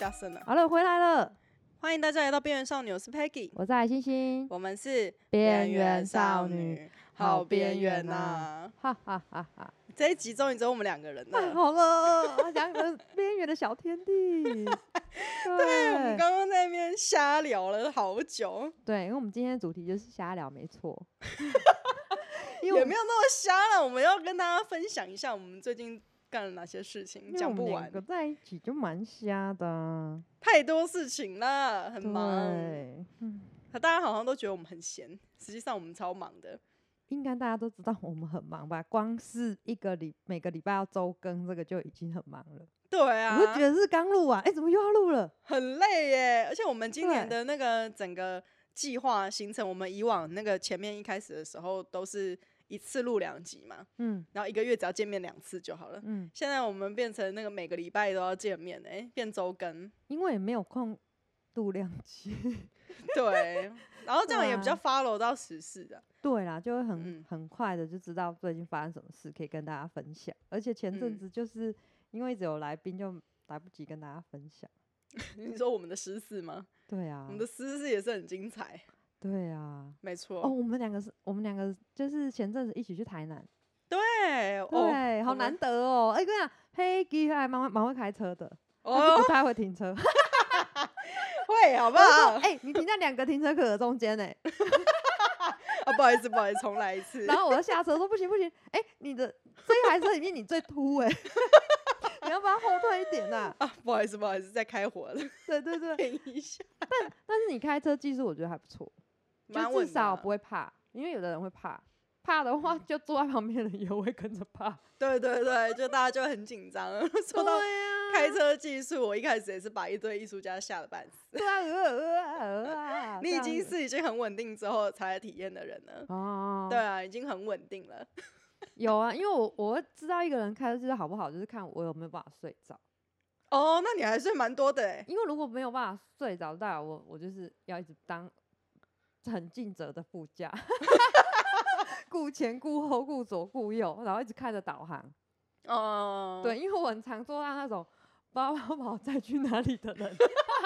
大声了。 好了，回来了， 欢迎大家来到边缘少女，我是 Peggy， 我在星星， 我们是边缘少女， 好边缘呐！ 哈哈哈哈！ 这一集终于只有我们2个人太了。 好了，两个边缘的小天地。 对，我们刚刚在那边瞎聊了好久。 对，因为我们今天的主题就是瞎聊，没错。 也没有那么瞎了，我们要跟大家分享一下我们最近干了哪些事情，讲不完。 两个在一起就蛮瞎的， 太多事情了，很忙。 对， 大家好像都觉得我们很闲，实际上我们超忙的。 应该大家都知道我们很忙吧？光是每个礼拜要周更，这个就已经很忙了。 对啊， 我就觉得是刚录完，怎么又要录了？ 很累耶！而且我们今年的那个整个计划行程，我们以往那个前面一开始的时候都是一次录2集嘛，然后1个月只要见面2次就好了。现在我们变成那个每个礼拜都要见面，变周更， 因为也没有空录2集。 对，然后这样也比较 follow 到时事的。 对啦，就会很快的就知道最近发生什么事，可以跟大家分享。而且前阵子就是因为一直有来宾，就来不及跟大家分享。 你说我们的私事吗？ 对啊， 我们的私事也是很精彩。 对啊， 没错。 哦，我们两个就是前阵子一起去台南。 对， 对，好难得哦。跟你讲，Peggy还蛮会开车的，但是不太会停车。 会好不好？ 你停在2个停车格的中间呢。 不好意思，重来一次。 然后我就下车说不行，你的这一台车里面你最凸你要不要后退一点啊？ 不好意思，在开火了。 对， 等一下。 但是你开车技术我觉得还不错，就至少不会怕，因为有的人会怕的话，就坐在旁边的人也会跟着怕。 对，就大家就很紧张。说到开车技术，我一开始也是把一堆艺术家吓得半死。 对啊， 你已经很稳定之后才来体验的人了。哦，对啊，已经很稳定了。 有啊，因为我知道一个人开车技术好不好，就是看我有没有办法睡着。 哦，那你还睡蛮多的因为如果没有办法睡着，代表我就是要一直当很尽责的副驾。顾前顾后顾左顾右，然后一直看着导航。对，因为我很常做到那种不知道把我载去哪里的人。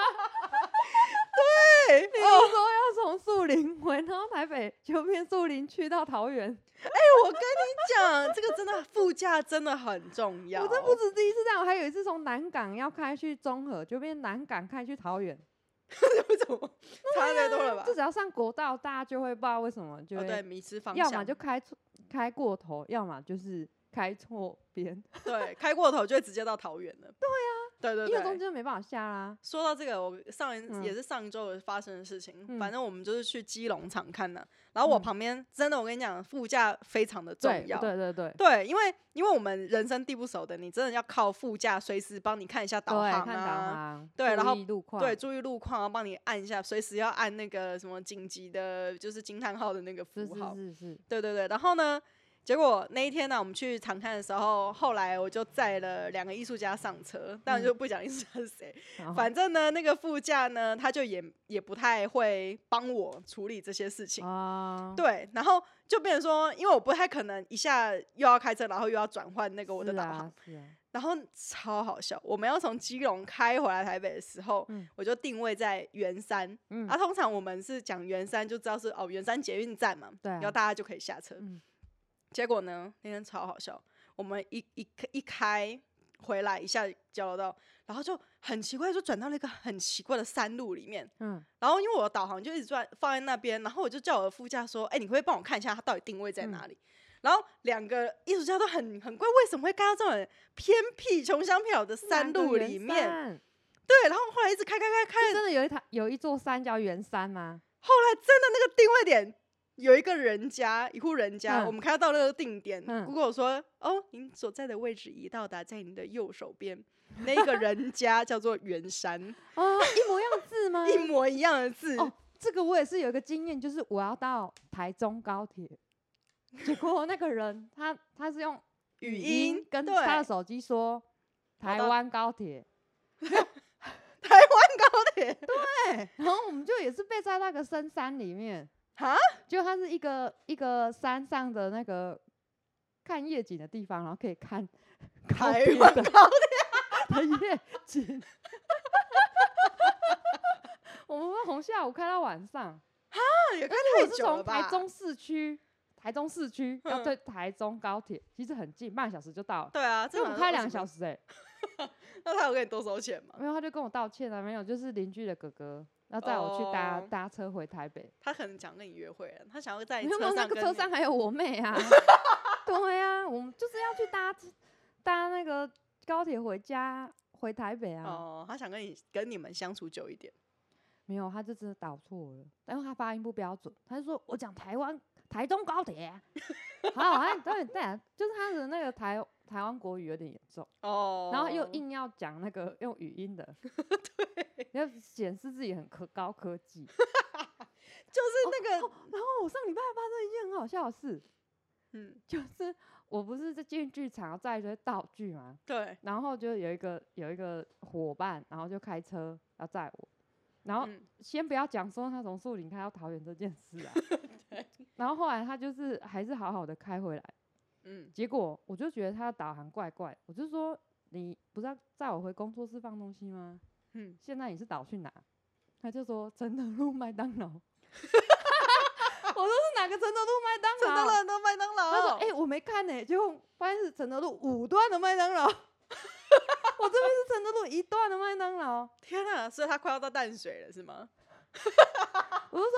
对，比如说要从树林回，然后台北就变树林去到桃园。 我跟你讲，这个真的副驾真的很重要。 我真不止第一次这样，我还有一次从南港要开去中和，就变南港开去桃园。 为什么？差太多了吧？ 就只要上国道，大家就会不知道为什么就会迷失方向， 要么就开过头，要么就是开错边。 对，开过头就会直接到桃园了。对啊，对， 因为中间没办法下啦。 说到这个，我也是上周发生的事情。反正我们就是去基隆场看的，然后我旁边真的，我跟你讲，副驾非常的重要。对，因为我们人生地不熟的，你真的要靠副驾随时帮你看一下导航啊，对，然后注意路况，然后帮你按一下，随时要按那个什么紧急的，就是惊叹号的那个符号。是。对，然后呢？结果那一天呢，我们去场看的时候，后来我就载了2个艺术家上车，但我就不讲艺术家是谁。反正呢，那个副驾呢，他就也不太会帮我处理这些事情。对，然后就变成说，因为我不太可能一下又要开车，然后又要转换那个我的导航。然后超好笑，我们要从基隆开回来台北的时候，我就定位在圆山。通常我们是讲圆山就知道是圆山捷运站嘛，然后大家就可以下车。结果呢，那天超好笑，我们一开回来一下交流道，然后就很奇怪，就转到了一个很奇怪的山路里面。然后因为我的导航就一直放在那边，然后我就叫我的副驾说：“你可不可以帮我看一下它到底定位在哪里？”然后2个艺术家都很怪，为什么会开到这种偏僻、穷乡僻壤的山路里面？对，然后后来一直开， 真的有一座山叫圆山吗？ 后来真的那个定位点。有一户人家，我们开到那个定点，Google 说：“您所在的位置已到达，在您的右手边。”那个人家叫做圆山。 一模一样的字吗？ 一模一样的字。 这个我也是有一个经验，就是我要到台中高铁，结果那个人他是用语音跟他的手机说台湾高铁。 台湾高铁。 对，然后我们就也是被在那个深山里面。就它是一个山上的那个看夜景的地方，然后可以看台湾高铁的夜景。 我们从下午开到晚上， 也开太久了吧？ 台中市区要对台中高铁，其实很近，半小时就到了。 对啊， 所以我们开2个小时那他有跟你多收钱吗？ 没有，他就跟我道歉了，没有，就是邻居的哥哥要载我去搭车回台北。 他可能想跟你约会了，他想要在车上那个车上还有我妹啊。对啊，我们就是要去搭那个高铁回台北啊。 他想跟你们相处久一点。 没有，他就真的导错了，因为他发音不标准，他就说我讲台中高铁啊。对，就是他的那个台湾国语有点严重然后又硬要讲那个用语音的，对，要显示自己很高科技， 就是那个。 然后我上礼拜发生一件很好笑的事，就是我不是在进剧场要载一堆道具嘛， 对， 然后就有一个伙伴，然后就开车要载我。然后先不要讲说他从树林开到桃园这件事啊，对。然后后来他就是还是好好的开回来，结果我就觉得他的导航怪怪，我就说你不是要载我回工作室放东西吗？现在你是导去哪？他就说承德路麦当劳。我说是哪个承德路麦当劳？ 承德路很多麦当劳。 他说我没看呢，结果发现是承德路5段的麦当劳。我这边是承德路1段的麦当劳。 天啊，所以他快要到淡水了是吗？ 我就说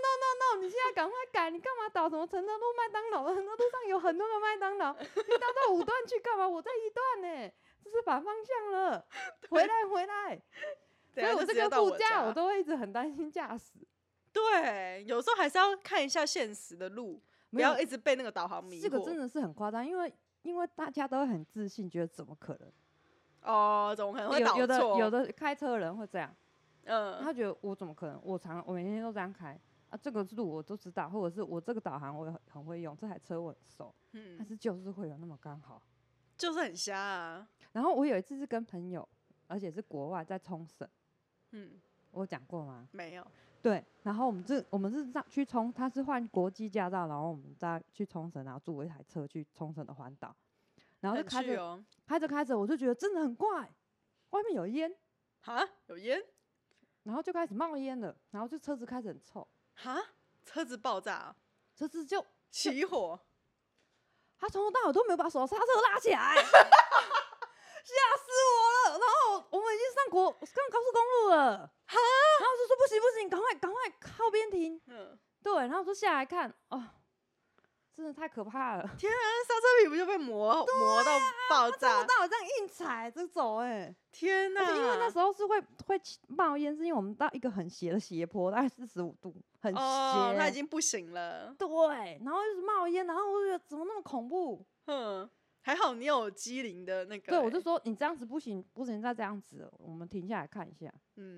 no， 你现在赶快改，你干嘛导什么承德路麦当劳？承德路上有很多个麦当劳，你导到5段去干嘛？我在1段呢，这是反方向了，回来。所以我这个副驾我都会一直很担心驾驶。 对，有时候还是要看一下现实的路，不要一直被那个导航迷惑。 这个真的是很夸张，因为大家都会很自信，觉得怎么可能？ 怎么可能会导错？ 有的开车的人会这样，他觉得我怎么可能？我每天都这样开啊，这个路我都知道，或者是我这个导航我也很会用，这台车我很熟，但是就是会有那么刚好， 就是很瞎啊。 然后我有一次是跟朋友，而且是国外在冲绳，我有讲过吗？ 没有。 对，然后我们是去他是换国际驾照，然后我们再去冲绳，然后租了一台车去冲绳的环岛。然后就开着，我就觉得真的很怪，外面有烟， 有烟， 然后就开始冒烟了，然后就车子开始很臭， 车子爆炸， 车子就起火， 他从头到尾都没有把手刹车拉起来，吓死我了。然后我们已经上高速公路了，然后就说不行，赶快靠边停，对，然后就下来看，真的太可怕了！ 天啊，刹车皮不就被磨到爆炸？ 从头到尾这样硬踩着走， 天哪！ 因为那时候是会冒烟，是因为我们到一个很斜的斜坡，大概45度，很斜， 它已经不行了。 对，然后就是冒烟，然后我就觉得怎么那么恐怖？ 还好你有机灵的那个。 对，我就说你这样子不行，再这样子了，我们停下来看一下。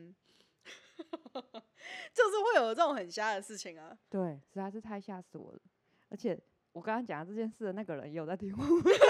就是会有这种很瞎的事情啊。 对，实在是太吓死我了，而且。我刚刚讲这件事的那个人也有在听我，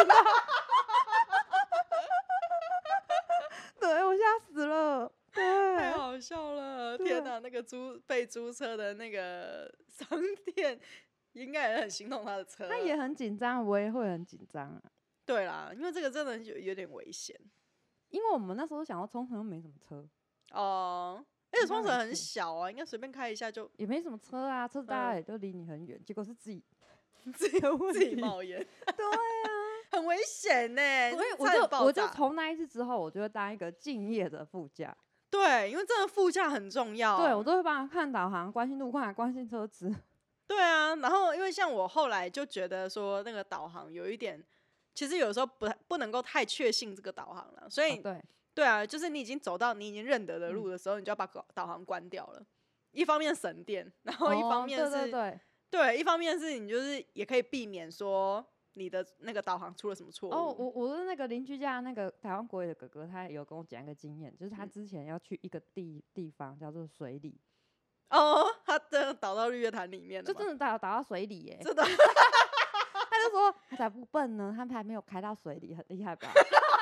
对我吓死了， 太好笑了！天哪，那个被租车的那个商店应该也很心痛他的车， 他也很紧张，我也会很紧张啊。 对啦，因为这个真的有点危险， 因为我们那时候想要冲绳又没什么车而且冲绳很小啊，应该随便开一下就也没什么车啊，车子大家也都离你很远，结果是自己冒烟， 对啊， 很危险呢。 所以我就从那一次之后，我就会当一个敬业的副驾。 对，因为真的副驾很重要。 对，我都会帮他看导航、关心路况、关心车子。 对啊，然后因为像我后来就觉得说，那个导航有一点，其实有时候不能够太确信这个导航了，所以对啊，就是你已经走到你已经认得的路的时候，你就要把导航关掉了。一方面省电，然后一方面是对，一方面是你就是也可以避免说你的那个导航出了什么错误。 我的那个邻居家那个台湾国语的哥哥，他有跟我讲一个经验，就是他之前要去一个地方叫做水里。 他真的导到日月潭里面了， 就真的导到水里耶， 真的。 他就说他才不笨呢，他还没有开到水里，很厉害吧？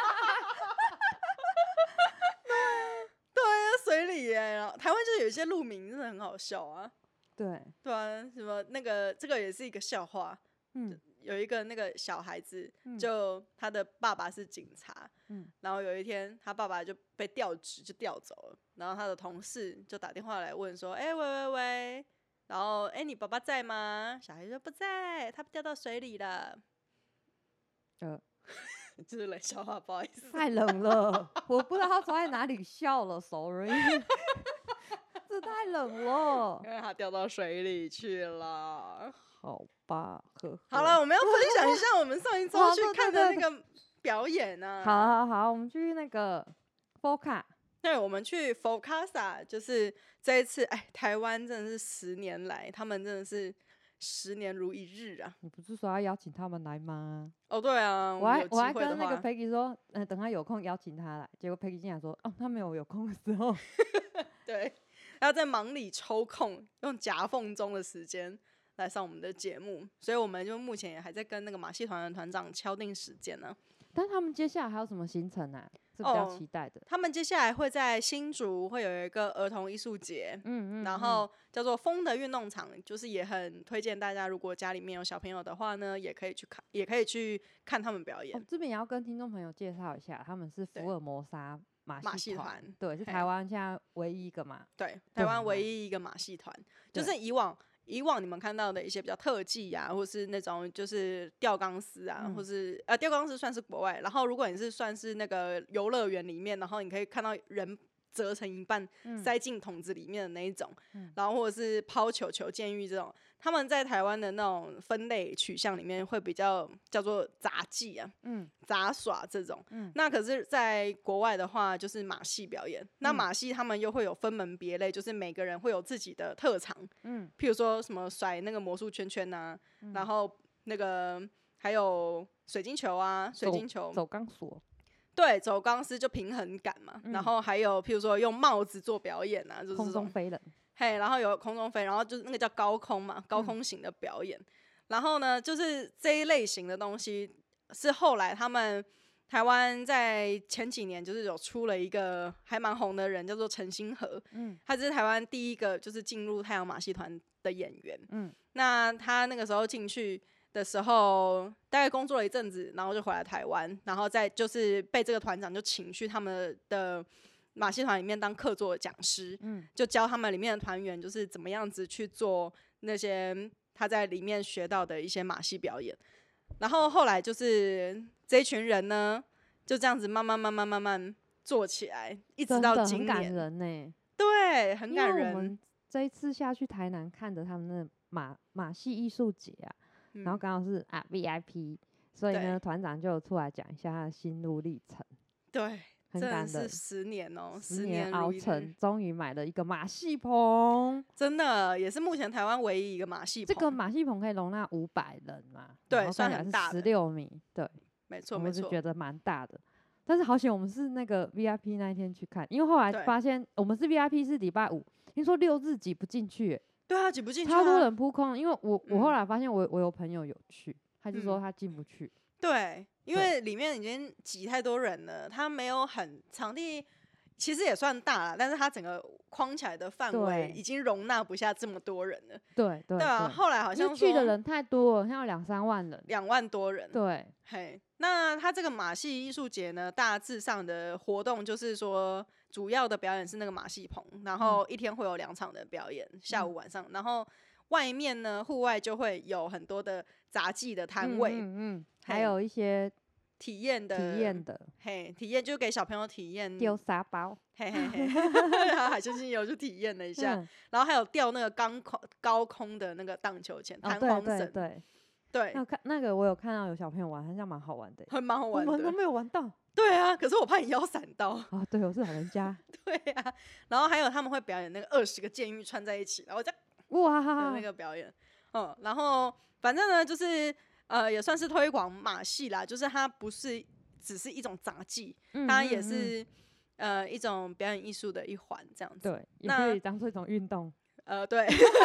对啊，水里耶，台湾就有一些路名真的很好笑啊。对啊，什么那个这个也是一个笑话。有一个那个小孩子，就他的爸爸是警察，然后有一天他爸爸就被调职就调走了， 然后他的同事就打电话来问说：“喂喂喂，然后你爸爸在吗？”小孩说不在，他掉到水里了。就是冷笑话，不好意思。 太冷了，我不知道他从哪里笑了 ，sorry。这太冷了， 因为他掉到水里去了。 好吧， 好了，我们要分享一下我们上一周去看的那个表演啊。 好，我们去那个 FOCA。 对，我们去 FOCASA， 就是这一次，台湾真的是10年来，他们真的是10年如一日啊。 你不是说要邀请他们来吗？ 哦，对啊， 我还跟那个 Peggy 说，等他有空邀请他来。结果 Peggy 竟然说，他没有空的时候。 对，要在忙里抽空，用夹缝中的时间来上我们的节目，所以我们就目前也还在跟那个马戏团的团长敲定时间呢。 但他们接下来还有什么行程啊？是比较期待的。 他们接下来会在新竹会有一个儿童艺术节，然后叫做风的运动场，就是也很推荐大家，如果家里面有小朋友的话呢，也可以去看他们表演。 这边也要跟听众朋友介绍一下，他们是福尔摩沙马戏团，对，是台湾现在唯一一个嘛？ 对，台湾唯一一个马戏团，就是以往你们看到的一些比较特技啊，或是那种就是吊钢丝啊，或是吊钢丝算是国外。然后如果你是算是那个游乐园里面，然后你可以看到人折成一半塞进桶子里面的那一种，然后或者是抛球球监狱这种，他们在台湾的那种分类取向里面会比较叫做杂技啊，杂耍这种。那可是在国外的话就是马戏表演，那马戏他们又会有分门别类，就是每个人会有自己的特长，譬如说什么甩那个魔术圈圈啊，然后那个还有水晶球啊，水晶球走钢索。 对，走钢丝就平衡感嘛，然后还有譬如说用帽子做表演啊，就是空中飞人， 然后有空中飞，然后就是那个叫高空嘛，高空型的表演。然后呢，就是这一类型的东西是后来他们台湾在前几年就是有出了一个还蛮红的人，叫做陈星河，他是台湾第一个就是进入太阳马戏团的演员，那他那个时候进去的时候，大概工作了一阵子，然后就回来台湾，然后再就是被这个团长就请去他们的马戏团里面当客座讲师，就教他们里面的团员就是怎么样子去做那些他在里面学到的一些马戏表演。然后后来就是这一群人呢，就这样子慢慢做起来，一直到今年。 很感人欸。 对，很感人。 因为我们这一次下去台南看的他们的马戏艺术节啊。然后刚好是VIP，所以呢，团长就出来讲一下他的心路历程。 对， 很感人， 真的是10年哦 ，10年熬成，终于买了一个马戏棚， 真的也是目前台湾唯一一个马戏棚。 这个马戏棚可以容纳500人嘛？ 对，算很大的 ，16米，对， 没错， 我就觉得蛮大的。但是好险，我们是那个 VIP 那一天去看，因为后来发现我们是 VIP 是礼拜5，听说6日挤不进去。对啊，挤不进去， 超多人扑空。因为我后来发现我有朋友有去，他就说他进不去。 对，因为里面已经挤太多人了，他没有场地其实也算大啦，但是它整个框起来的范围已经容纳不下这么多人了。 对啊，后来好像去的人太多了，像有2-3万人 ，2万多人。 对， 嘿，那他这个马戏艺术节呢，大致上的活动就是说，主要的表演是那个马戏棚，然后一天会有2场的表演，下午晚上，然后外面呢，户外就会有很多的杂技的摊位， 还有一些体验的，嘿，体验就给小朋友体验丢沙包， 嘿，海鲜精油就体验了一下，然后还有吊那个高空的那个荡秋千、弹簧绳，对， 那个我有看到有小朋友玩，好像蛮好玩的， 蛮好玩的， 我们都没有玩到。 对啊，可是我怕你腰闪到啊。对，我是老人家。 对啊，然后还有他们会表演那个20个监狱串在一起，然后这样哇的那个表演，然后反正呢就是也算是推广马戏啦，就是它不是只是一种杂技，它也是一种表演艺术的一环，这样子。 对，也可以当做一种运动。 对，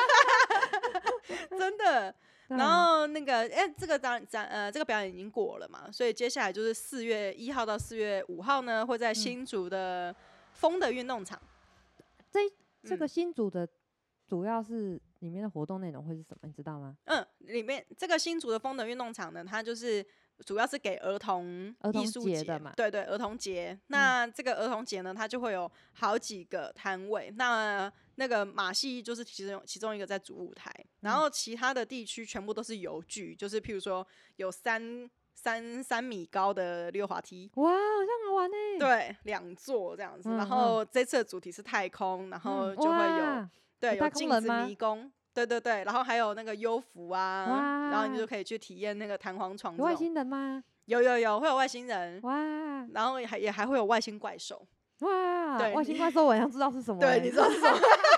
真的。然后那个这个表演已经过了嘛，所以接下来就是4月1号到4月5号呢，会在新竹的风的运动场。 这个新竹的主要是里面的活动内容会是什么，你知道吗？ 里面这个新竹的风的运动场呢，它就是主要是给儿童艺术节的嘛， 对对，儿童节。那这个儿童节呢，它就会有好几个摊位。那个马戏就是其中一个在主舞台，然后其他的地区全部都是游具，就是譬如说有3米高的溜滑梯， 哇，好像好玩呢。 对，2座这样子。然后这次的主题是太空，然后就会有镜子迷宫。对对对，然后还有那个幽浮啊，然后你就可以去体验那个弹簧床。 有外星人吗？ 有，会有外星人。哇！然后还会有外星怪兽。 哇！对，外星怪兽我好像知道是什么。 对，你知道是什么？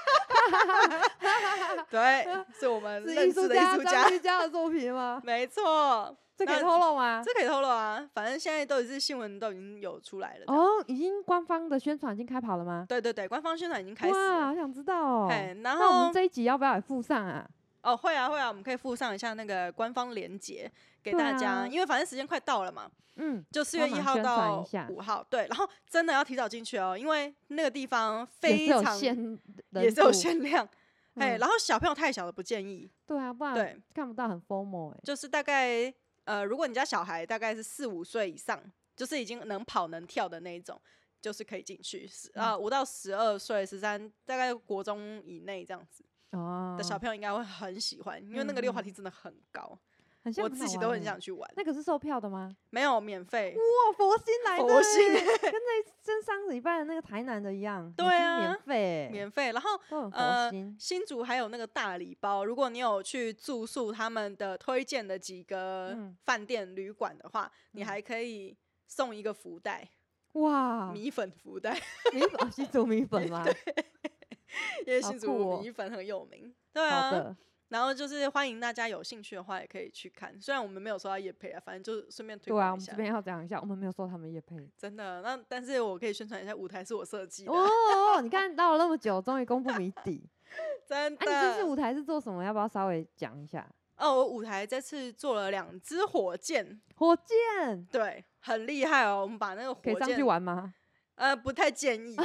对，是我们认识的艺术家的作品吗？ 没错。 这可以透露吗？ 这可以透露啊，反正现在新闻都已经有出来了。 哦，已经官方的宣传已经开跑了吗？ 对对对，官方宣传已经开始了。 哇，好想知道哦。 然后那我们这一集要不要也附上啊？ 哦，会啊，我们可以附上一下那个官方连结给大家，因为反正时间快到了嘛。就4月1号到5号，对，然后真的要提早进去哦，因为那个地方非常也是有限量。然后小朋友太小的不建议。 对啊，不然看不到很 FOMO。 就是大概如果你家小孩大概是4、5岁以上，就是已经能跑能跳的那一种，就是可以进去。5到12岁、13，大概国中以内这样子的小朋友应该会很喜欢，因为那个溜滑梯真的很高，我自己都很想去玩。 那个是售票的吗？ 没有，免费。 哇，佛心来的， 佛心跟上礼拜的那个台南的一样。 对啊， 免费。然后新竹还有那个大礼包，如果你有去住宿他们的推荐的几个饭店旅馆的话，你还可以送一个福袋。哇，米粉福袋。 新竹米粉吗？ 对，因为新竹米粉很有名。对啊。好的。然后就是欢迎大家有兴趣的话也可以去看，虽然我们没有收到业配啊，反正就顺便推广一下。 对啊，我们这边要讲一下，我们没有收他们业配。 真的，但是我可以宣传一下，舞台是我设计的。 哦，你看到了那么久，终于公布谜底。 真的。 你这次舞台是做什么？要不要稍微讲一下？ 我舞台这次做了2只火箭。 火箭。对， 很厉害哦。我们把那个火箭可以上去玩吗？ 不太建议。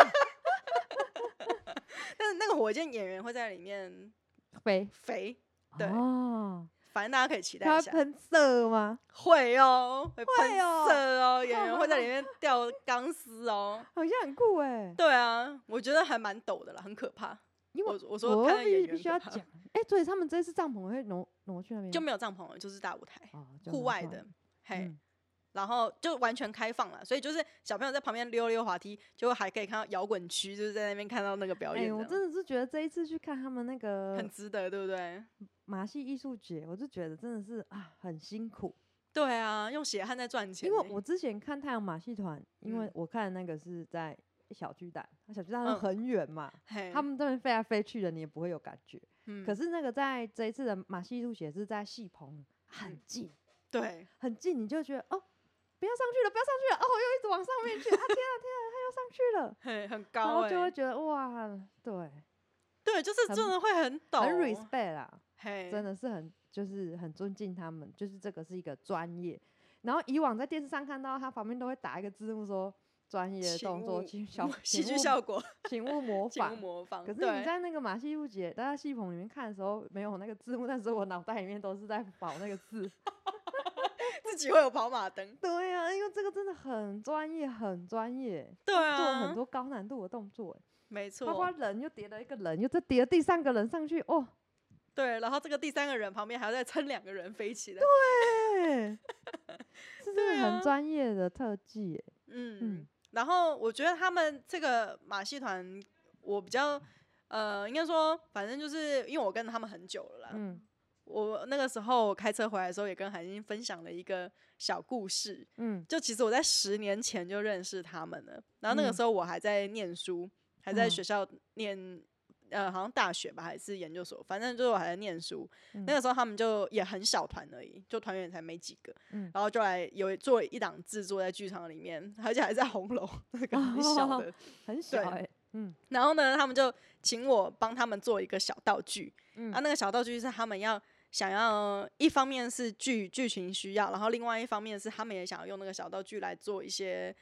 但是那个火箭演员会在里面飞。对，反正大家可以期待一下。 他喷射吗？ 会哦，会喷射哦，演员会在里面吊钢丝哦， 好像很酷哎。 对啊，我觉得还蛮陡的啦，很可怕。因为我说看演员必须要讲，所以他们这次帐篷会挪去那边， 就没有帐篷了，就是大舞台，户外的，嘿。然后就完全开放了，所以就是小朋友在旁边溜滑梯，就还可以看到摇滚区，就是在那边看到那个表演。 我真的是觉得这一次去看他们那个很值得，对不对？ 马戏艺术节，我就觉得真的是很辛苦。 对啊，用血汗在赚钱。 因为我之前看太阳马戏团，因为我看那个是在小巨蛋，小巨蛋很远嘛，他们这边飞来飞去的，你也不会有感觉。可是那个在这一次的马戏艺术节是在戏棚，很近， 对， 很近，你就觉得不要上去了，哦，又一直往上面去，天啊，他又上去了， 很高， 然后就会觉得哇， 对，就是真的会很陡， 很 respect 啦，真的是就是很尊敬他们，就是这个是一个专业。然后以往在电视上看到他旁边都会打一个字幕说专业动作戏剧效果， 请勿模仿。可是你在那个马戏艺术节，在戏棚里面看的时候没有那个字幕，但是我脑袋里面都是在跑那个字。 自己会有跑马灯。 对啊，因为这个真的很专业，很专业。 对啊， 做了很多高难度的动作。 没错。 包括人又叠了一个人，又再叠了第3个人上去，哦。 对，然后这个第3个人旁边还要再撑2个人飞起来。 对，这真的很专业的特技。 然后我觉得他们这个马戏团，我比较应该说，反正就是因为我跟他们很久了啦。我那个时候开车回来的时候，也跟海欣分享了一个小故事。就其实我在10年前就认识他们了，然后那个时候我还在念书，还在学校念好像大学吧，还是研究所，反正就是我还在念书。那个时候他们就也很小团而已，就团员才没几个。然后就来有做一档制作在剧场里面，而且还在红楼，那个很小的， 很小然后呢，他们就请我帮他们做一个小道具。那个小道具是他们想要一方面是剧情需要，然后另外一方面是他们也想要用那个小道具来做一些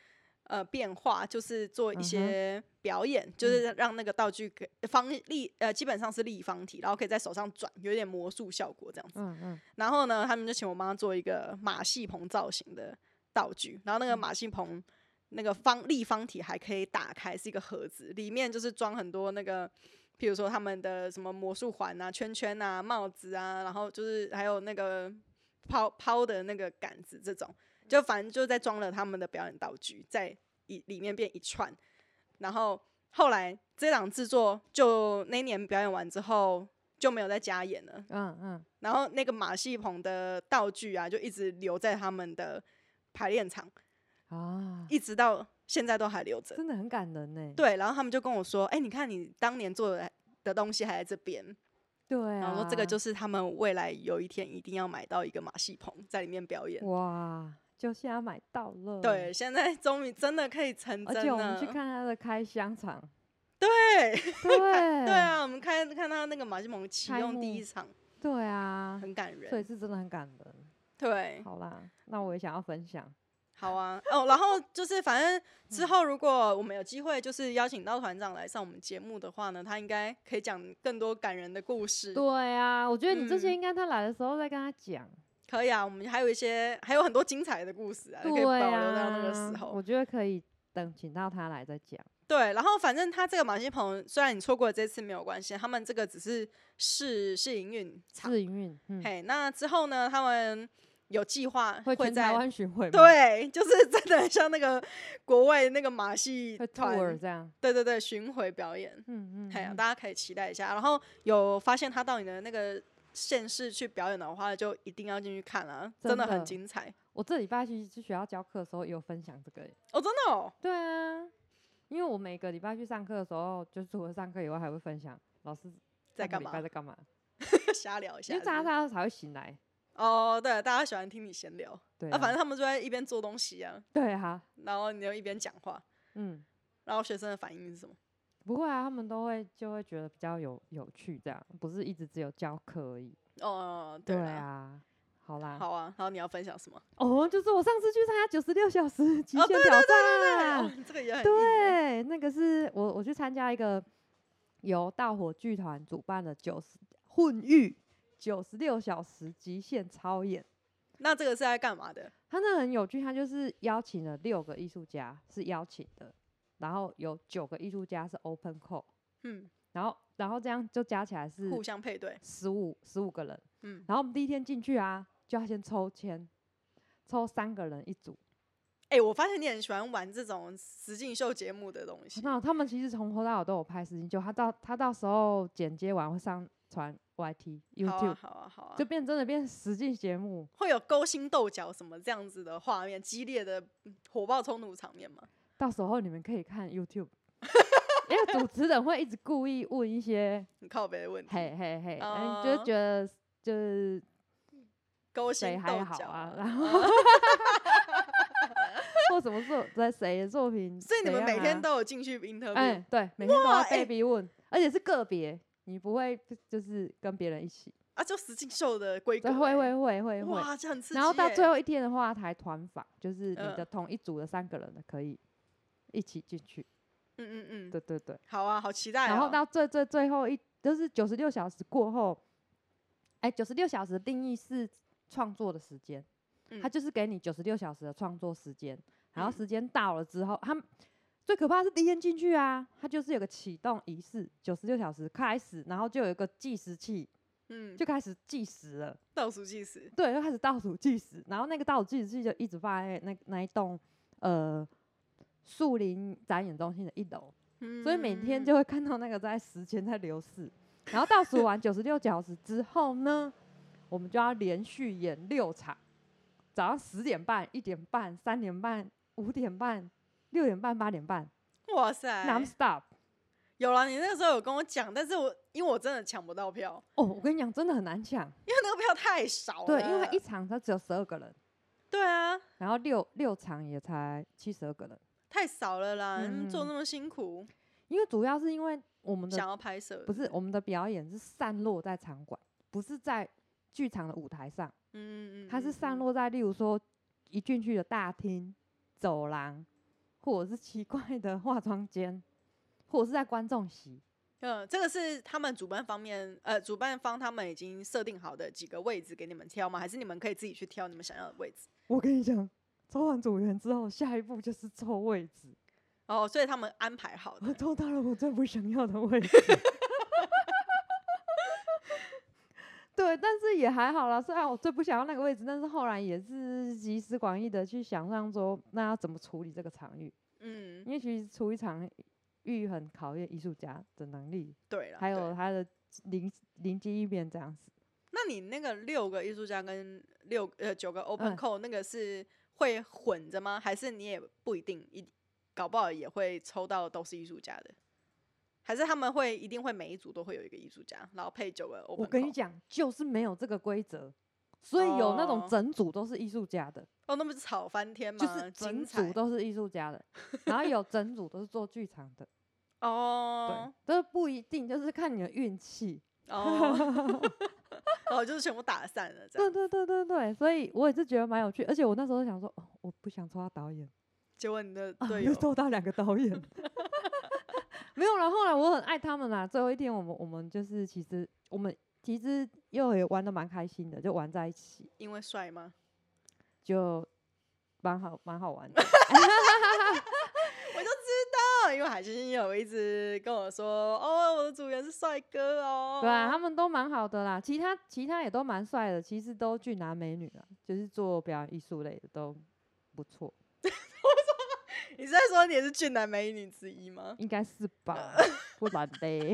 变化，就是做一些表演，就是让那个道具基本上是立方体，然后可以在手上转，有点魔术效果这样子。然后呢，他们就请我妈做一个马戏棚造型的道具，然后那个马戏棚那个立方体还可以打开，是一个盒子，里面就是装很多那个，譬如说他们的什么魔术环啊、圈圈啊、帽子啊，然后就是还有那个抛的那个杆子这种。就反正就在装了他们的表演道具，在里面变一串，然后后来这档制作就那年表演完之后就没有再加演了，然后那个马戏棚的道具啊就一直留在他们的排练场啊，一直到现在都还留着， 真的很感人呢。 对，然后他们就跟我说，你看你当年做的东西还在这边。 对啊， 然后说这个就是他们未来有一天一定要买到一个马戏棚在里面表演。 哇，就现在买到了。 对，现在终于真的可以成真了。 而且我们去看他的开箱场。 对对啊，我们看他那个马戏棚启用第一场。 对啊， 很感人。 所以是真的很感人。 对， 好啦，那我也想要分享。 好啊，然后就是反正之后如果我们有机会，就是邀请到团长来上我们节目的话呢，他应该可以讲更多感人的故事。 对啊，我觉得你这些应该他来的时候再跟他讲。 可以啊，我们还有很多精彩的故事啊，可以保留到那个时候。 我觉得可以等请到他来再讲。 对，然后反正他这个马戏棚，虽然你错过了这次没有关系，他们这个只是试营运场。 试营运， 嘿，那之后呢，他们有计划会全台湾巡回吗？ 对，就是真的很像那个国外那个马戏团这样。 对，巡回表演。嘿，大家可以期待一下。然后有发现他到你的那个县市去表演的话，就一定要进去看啊，真的很精彩。 我这礼拜去学校教课的时候，有分享这个。 哦，真的哦。 对啊，因为我每个礼拜去上课的时候，就除了上课以外，还会分享老师在干嘛， 在干嘛， 瞎聊一下， 因为大家才会醒来。 哦，对，大家喜欢听你闲聊。 对啊，反正他们就在一边做东西啊。 对啊， 然后你就一边讲话。然后学生的反应是什么？ 不会啊，他们就会觉得比较有趣，这样不是一直只有教课而已。 哦， 对啊，好啦， 好啊。然后你要分享什么？ 就是我上次去参加96小时极限挑战。 这个也很对，那个是我去参加一个由盗火剧团主办的混育96小时极限操演。 那这个是在干嘛的？ 他那很有趣，他就是邀请了6个艺术家是邀请的，然后有9个艺术家是 open call。然后这样就加起来是互相配对 15个人。然后我们第一天进去啊，就要先抽签，抽3个人一组。 我发现你很喜欢玩这种实境秀节目的东西。 那他们其实从头到尾都有拍实境秀，他到时候剪接完会上传 YT、YouTube。 好啊， 就真的变实境节目， 会有勾心斗角什么这样子的画面，激烈的火爆冲突场面吗？ 到时候你们可以看 YouTube。因为主持人会一直故意问一些很靠北的问题， 就觉得就是勾心斗角还好啊，然后或什么在谁的作品， 所以你们每天都有进去 interview。 对，每天都要被逼问，而且是个别，你不会就是跟别人一起啊，就实境秀的规格。 会， 哇，这很刺激。 然后到最后一天的话，台团访，就是你的同一组的3个人的可以一起进去。对， 好啊，好期待。 然后到最后就是96小时过后，96小时的定义是创作的时间，它就是给你96小时的创作时间，然后时间到了之后，他们最可怕的是第一天进去啊，它就是有个启动仪式，96小时开始，然后就有一个计时器，就开始计时了， 倒数计时， 对，就开始倒数计时，然后那个倒数计时器就一直放在那一栋树林展演中心的1楼，所以每天就会看到那个在时间在流逝。然后倒数完96小时之后呢，我们就要连续演6场，早上10点半、1点半、3点半、5点半、6点半、8点半， 哇塞 ，non stop。 有啦，你那个时候有跟我讲，但是因为我真的抢不到票。 我跟你讲，真的很难抢， 因为那个票太少了。 对，因为一场它只有12个人。 对啊。 然后六场也才72个人。 太少了啦，做那么辛苦。 因为主要是因为我们的想要拍摄， 不是我们的表演是散落在场馆，不是在剧场的舞台上。它是散落在例如说一进去的大厅、走廊， 或者是奇怪的化妆间，或者是在观众席。 这个是他们主办方他们已经设定好的几个位置给你们挑吗？还是你们可以自己去挑你们想要的位置？ 我跟你讲，抽完组员之后，下一步就是抽位置。 哦，所以他们安排好的。 我抽到了我最不想要的位置。对，但是也还好啦。虽然我最不想要那个位置，但是后来也是集思广益的去想象说，那要怎么处理这个场域。因为其实处理场域很考验艺术家的能力， 对啦， 还有他的灵机一变这样子。 那你那个6个艺术家跟9个 open call 那个是会混着吗？还是你也不一定，搞不好也会抽到都是艺术家的？还是他们一定会每一组都会有一个艺术家，然后配9个 open call？ 我跟你讲，就是没有这个规则，所以有那种整组都是艺术家的。 那不是吵翻天吗？ 就是整组都是艺术家的，然后有整组都是做剧场的。对，都不一定，就是看你的运气。 就是全部打散了这样。对，所以我也是觉得蛮有趣，而且我那时候想说，我不想抽到导演， 结果你的队友抽到2个导演。没有啦，后来我很爱他们啦。最后一天我们就是其实也玩得蛮开心的，就玩在一起。 因为帅吗？ 就蛮好玩的。 我就知道，因为海星有一直跟我说，我的组员是帅哥哦。 对啊，他们都蛮好的啦，其他也都蛮帅的，其实都俊男美女啦，就是做表演艺术类的都不错。 你是在说你也是俊男美女之一吗？ 应该是吧，不然嘞。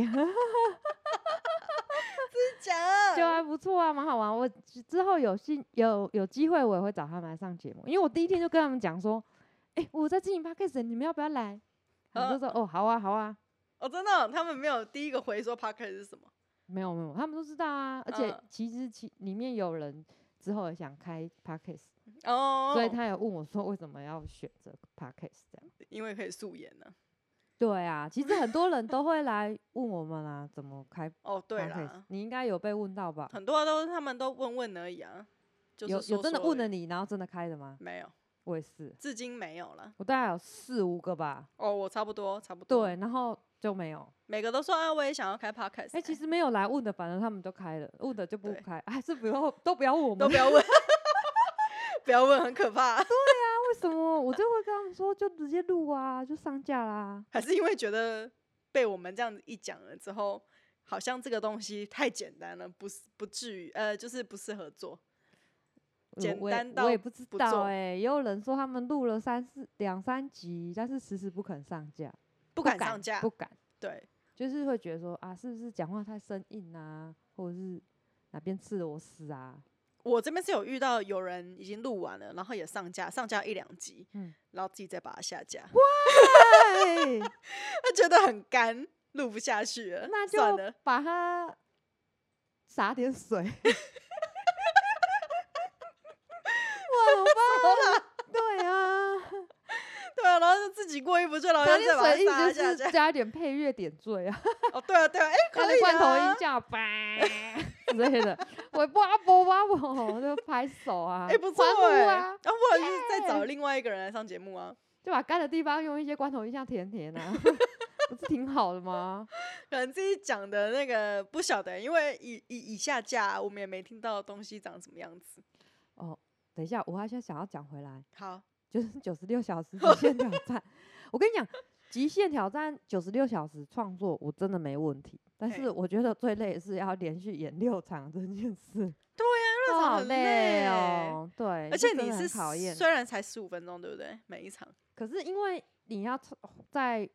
就还不错啊，蛮好玩。我之后有机会，我也会找他们来上节目。因为我第一天就跟他们讲说，我在经营 podcast， 你们要不要来？他们就说，好啊，好啊。 真的，他们没有第一个回说 podcast 是什么？ 没有，他们都知道啊。而且其实里面有人之后也想开 podcast，所以他有问我说，为什么要选择 podcast 这样？ 因为可以素颜呢。 对啊，其实很多人都会来问我们啊，怎么开 podcast。 对啦， 你应该有被问到吧？ 很多他们都问而已啊。就是有真的问了你，然后真的开的吗？ 没有， 我也是， 至今没有了。 我大概有4、5个吧。 我差不多。 对，然后就没有。 每个都说我也想要开 podcast。 其实没有来问的，反正他们都开了，问的就不开，还是都不要问我们， 都不要问，不要问，很可怕。 对啊，为什么？我就会跟他们说，就直接录啊，就上架啦。 还是因为觉得被我们这样子一讲了之后，好像这个东西太简单了，不至于就是不适合做。简单到我也不知道也有人说他们录了2、3集，但是迟迟不肯上架， 不敢上架， 不敢。 对， 就是会觉得说是不是讲话太生硬啊，或者是哪边吃螺丝啊？ 我这边是有遇到有人已经录完了，然后也上架1、2集，然后自己再把它下架。他觉得很干，录不下去了， 那就把它洒点水。对啊， 然后就自己过意不去，然后再把它撒下，加点配乐点缀啊。 对啊，可以啊， 罐头音效吧之类的，我就拍手啊， 不错啊，然后或者是再找另外一个人来上节目啊， 就把干的地方用一些罐头音效甜甜啊，不是挺好的吗？ 可能自己讲的那个不晓得，因为以下架我们也没听到东西长什么样子。 等一下，我还想要讲回来。 好， 就是96小时极限挑战。我跟你讲，极限挑战96小时创作，我真的没问题。但是我觉得最累的是要连续演6场这件事。 对啊，6场很累哦。对， 而且你是考验， 虽然才15分钟，对不对？每一场。 可是因为你要在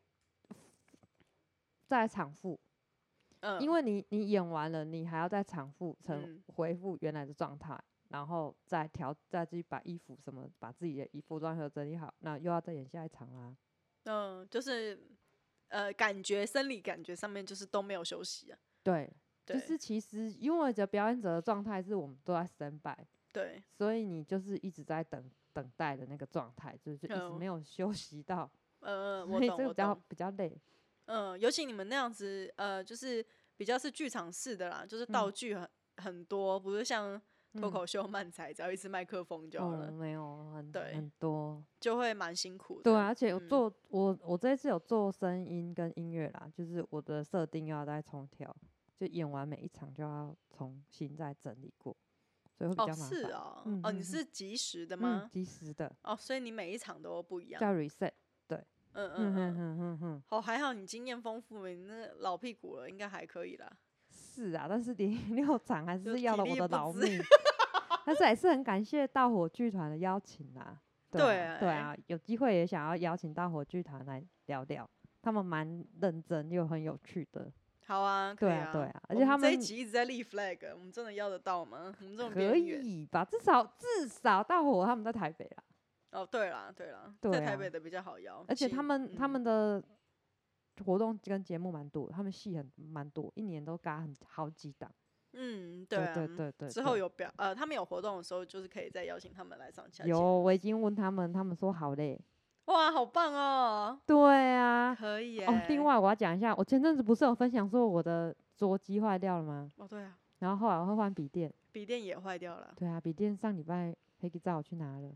场复。因为你演完了，你还要再场复恢复原来的状态。然后再自己把衣服什么，把自己的服装盒整理好，那又要再演下一场啦。 就是感觉生理感觉上面就是都没有休息啊。 对，就是其实因为表演者的状态是我们都在 stand by， 对， 所以你就是一直在等待的那个状态，就是一直没有休息到。 所以这个比较累。 尤其你们那样子，就是比较是剧场式的啦，就是道具很多，不是像脱口秀漫才，只要一支麦克风就好了。 没有很多， 就会蛮辛苦的。 对啊，而且我这一次有做声音跟音乐啦，就是我的设定要再重调，就演完每一场就要重新再整理过，所以会比较麻烦。 是哦，你是即时的吗？ 即时的。 所以你每一场都不一样。 叫 reset， 对。 好，还好你经验丰富，你那老屁股了，应该还可以啦。 是啊，但是连6场还是要了我的老命。但是还是很感谢盗火剧团的邀请啦。对啊，有机会也想要邀请盗火剧团来聊聊，他们蛮认真又很有趣的。 好啊，可以啊， 对啊，而且他们这一集一直在立 flag， 我们真的要得到吗？我们这种可以吧？至少盗火他们在台北啦。 对啦，在台北的比较好邀， 而且他们的活动跟节目蛮多，他们戏蛮多，一年都嘎好几档。 对啊， 对。 之后有他们有活动的时候，就是可以再邀请他们来上下。 有，我已经问他们说好嘞。 哇，好棒哦！ 对啊， 可以耶。 另外我要讲一下，我前阵子不是有分享说我的桌机坏掉了吗？ 对啊。 然后后来我会换笔电， 笔电也坏掉了。 对啊，笔电上礼拜Peggy载我去拿了。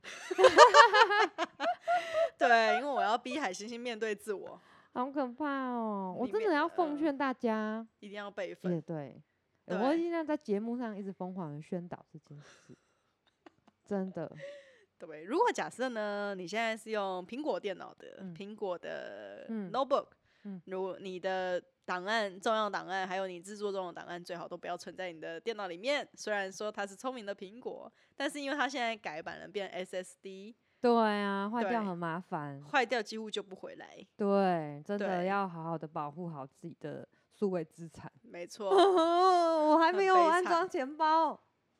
对，因为我要逼海星星面对自我。 好可怕哦！我真的要奉劝大家， 一定要备份。 对，我一定要在节目上一直疯狂的宣导这件事，真的。 对，如果假设呢，你现在是用苹果电脑的，苹果的 notebook，如果你的档案、重要档案，还有你制作中的档案，最好都不要存在你的电脑里面。虽然说它是聪明的苹果，但是因为它现在改版了，变 SSD。 对啊，坏掉很麻烦， 坏掉几乎就不回来。 对，真的要好好的保护好自己的数位资产。 没错。 我还没有安装钱包。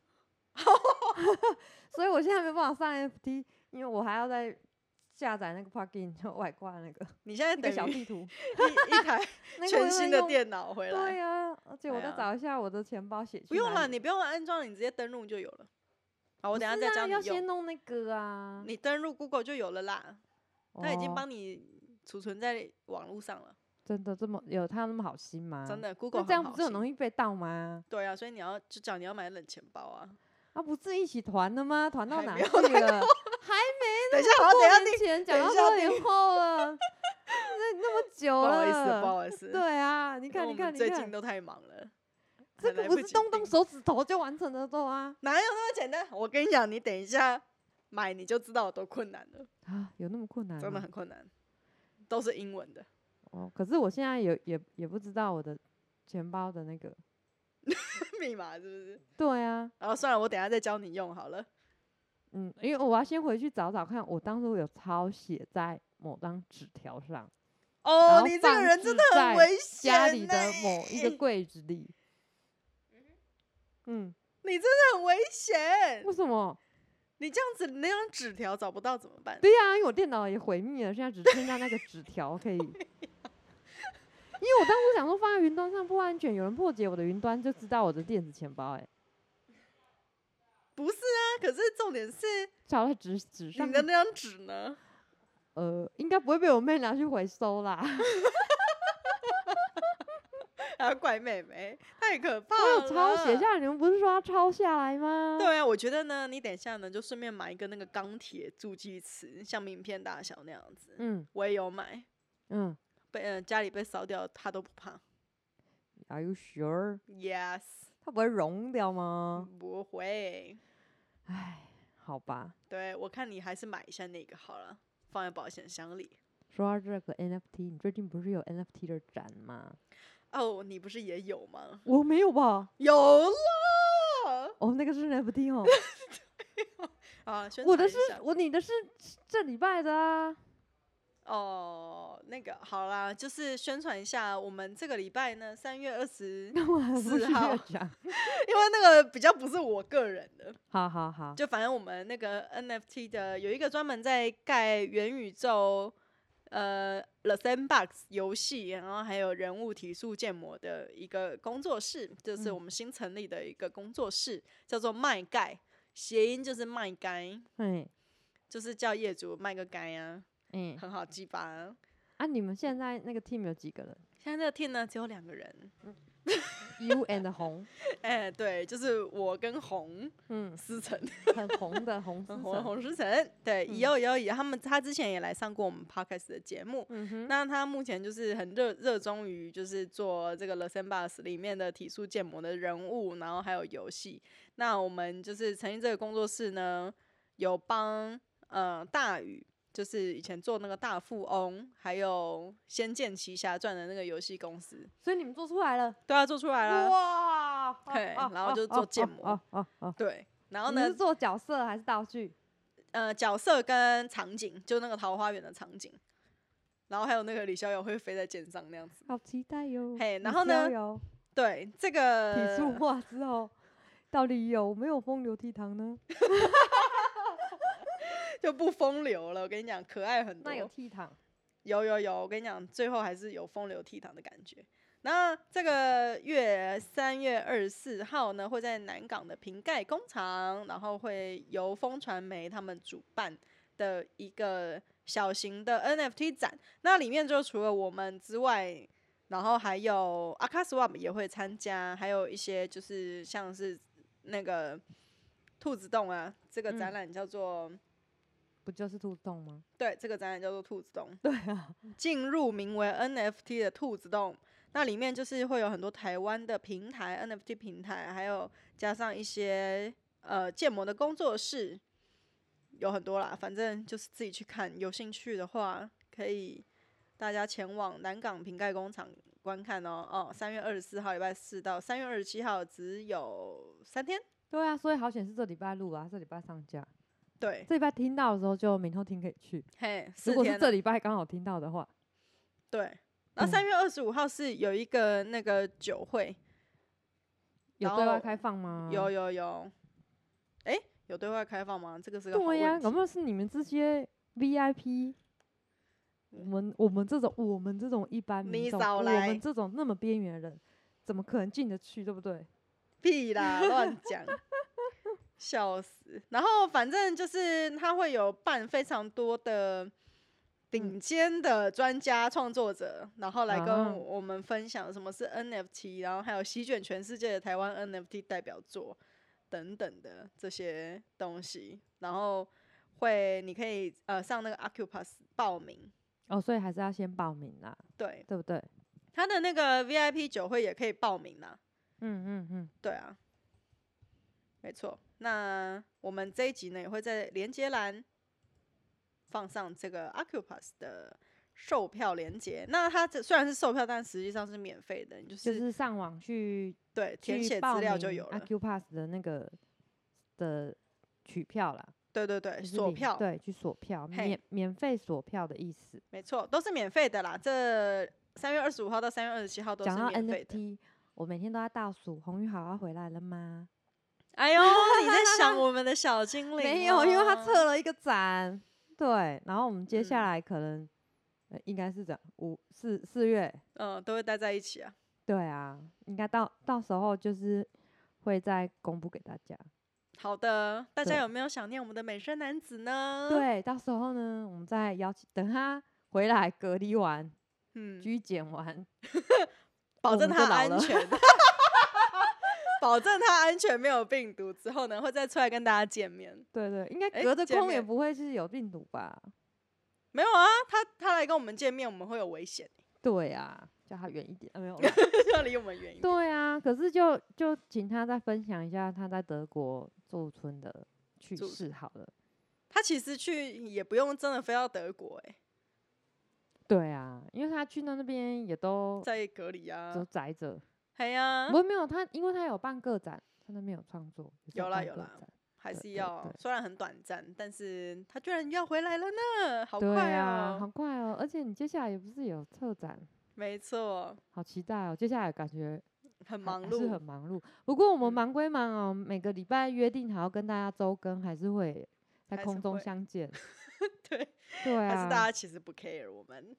所以我现在没办法上 NFT， 因为我还要再下载那个 plugin， 就外挂那个。 你现在等于小地图一台全新的电脑回来。 对啊，而且我再找一下我的钱包写。 不用了，你不用安装，你直接登录就有了。好，我等一下再教你用。 要先弄那个啊。 你登录 Google 就有了啦，它已经帮你储存在网络上了。 真的有它那么好心吗？ 真的 ，Google 这样不是很容易被盗吗？ 对啊，所以你要买冷钱包啊。 不是一起团的吗？团到哪去了？还没。 等一下，好，等一下年前讲到2年后了，那么久了。 不好意思。 对啊，你看， 最近都太忙了。 这个不是动手指头就完成得到啊？ 哪有那么简单？我跟你讲，你等一下买你就知道有多困难了啊！有那么困难？ 真的很困难，都是英文的。 可是我现在也不知道我的钱包的那个密码是不是？ 对啊。 然后算了，我等一下再教你用好了。 因为我要先回去找找看，我当初有抄写在某张纸条上。 你这个人真的很危险。 家里的某一个柜子里。 你真的很危险。 为什么？ 你这样子那张纸条找不到怎么办？ 对啊，因为我电脑也毁灭了，现在只剩下那个纸条可以。因为我当初想说放在云端上不安全，有人破解我的云端就知道我的电子钱包。 不是啊，可是重点是抄在纸上。 你的那张纸呢？ 应该不会被我妹拿去回收啦。 还要怪妹妹，太可怕了。 我有抄写下来，你们不是说要抄下来吗？ 对啊，我觉得呢，你等一下呢，就顺便买一个那个钢铁助记词，像名片大小那样子。我也有买。家里被烧掉，他都不怕。 Are you sure? Yes。 它不会融掉吗？ 不会。 唉，好吧。 对，我看你还是买一下那个好了，放在保险箱里。 说到这个 NFT， 你最近不是有 NFT 的展吗？ 你不是也有吗？ 我没有吧？ 有了。 那个是 NFT 哦。 我的是你的是这礼拜的啊。 那个好啦，就是宣传一下，我们这个礼拜呢，3月24号，因为那个比较不是我个人的。 好。 就反正我们那个 NFT 的有一个专门在盖元宇宙。The Sandbox 游戏，然后还有人物体塑建模的一个工作室，这是我们新成立的一个工作室，叫做卖盖，谐音就是卖盖，就是叫业主卖个盖啊，很好记吧？ 你们现在那个 team 有几个人？ 现在这个 team 呢只有2个人。 You and 红， 对，就是我跟红思成， 很红的红思成， 红思成，对，有，他之前也来上过我们 podcast 的节目，那他目前就是很热衷于就是做这个 The Sandbox 里面的体术建模的人物，然后还有游戏。那我们就是成立这个工作室呢，有帮大宇。就是以前做那个大富翁，还有《仙剑奇侠传》的那个游戏公司， 所以你们做出来了？ 对啊，做出来了。 哇！ 对，然后就做建模。对，然后呢？ 你是做角色还是道具？ 角色跟场景，就那个桃花源的场景，然后还有那个李逍遥会飞在剑上那样子。 好期待哟！ 嘿，然后呢？对，这个体术化之后，到底有没有风流倜傥呢？ 就不风流了，我跟你讲，可爱很多。 那有倜傥？ 有，我跟你讲，最后还是有风流倜傥的感觉。那这个月3月24号呢，会在南港的瓶盖工厂，然后会由风传媒他们主办的一个小型的 NFT 展。那里面就除了我们之外，然后还有 Akaswap 也会参加，还有一些就是像是那个兔子洞啊，这个展览叫做。 不就是兔子洞吗？ 对，这个展览叫做兔子洞。 对啊， 进入名为 NFT 的兔子洞，那里面就是会有很多台湾的平台 NFT 平台，还有加上一些建模的工作室，有很多啦。反正就是自己去看，有兴趣的话可以大家前往南港瓶盖工厂观看哦。3月24号礼拜4到3月27号只有3天。 对啊，所以好险是这礼拜录啊，这礼拜上架。 对， 这礼拜听到的时候就明后天可以去。 嘿， 如果是这礼拜刚好听到的话， 对。然后3月25号是有一个那个酒会， 有对外开放吗？ 有。有对外开放吗？这个是个好问题。 对呀，有没有是你们这些 VIP？我们这种一般民众，我们这种那么边缘的人，怎么可能进得去？对不对？ 屁啦，乱讲。笑死！然后反正就是他会有办非常多的顶尖的专家创作者，然后来跟我们分享什么是 NFT， 然后还有席卷全世界的台湾 NFT 代表作等等的这些东西。然后你可以上那个 Acupass 报名哦，所以还是要先报名啦，对不对？ 他的那个 VIP 酒会也可以报名啦。对啊，没错。那我们这一集呢，也会在连结栏放上这个 Acupass 的售票连结。那它虽然是售票，但实际上是免费的， 就是上网去填写资料就有了。 Acupass 的那个的取票啦。 对，锁票。 对，去锁票，免费锁票的意思。 没错，都是免费的啦。这3月25号到3月27号都是免费的。 讲到 NFT， 我每天都在倒数，红玉好要回来了吗？ 哎呦，你在想我们的小精灵？ 没有，因为他测了一个展，对，然后我们接下来可能，应该是这样，4月， 都会待在一起啊。 对啊，应该到时候就是会再公布给大家。 好的，大家有没有想念我们的美声男子呢？ 对，到时候呢，我们再邀请，等他回来隔离完，居检完， 保证他安全。保证他安全没有病毒之后呢，会再出来跟大家见面。 对，应该隔着空也不会是有病毒吧？ 没有啊，他来跟我们见面，我们会有危险。 对啊，叫他远一点，没有， 要离我们远一点。 对啊，可是就请他再分享一下他在德国驻村的趣事好了。 他其实去也不用真的飞到德国对啊，因为他去到那边也都在隔离啊， 都宅着。 对啊， 没有他，因为他有办个展，他那边有创作， 有啦，还是要，虽然很短暂，但是他居然要回来了呢，好快啊，好快哦！而且你接下来也不是有策展， 没错， 好期待哦！接下来感觉很忙碌， 是很忙碌。不过我们忙归忙哦，每个礼拜约定好要跟大家周更，还是会在空中相见。对啊， 还是大家其实不 care 我们，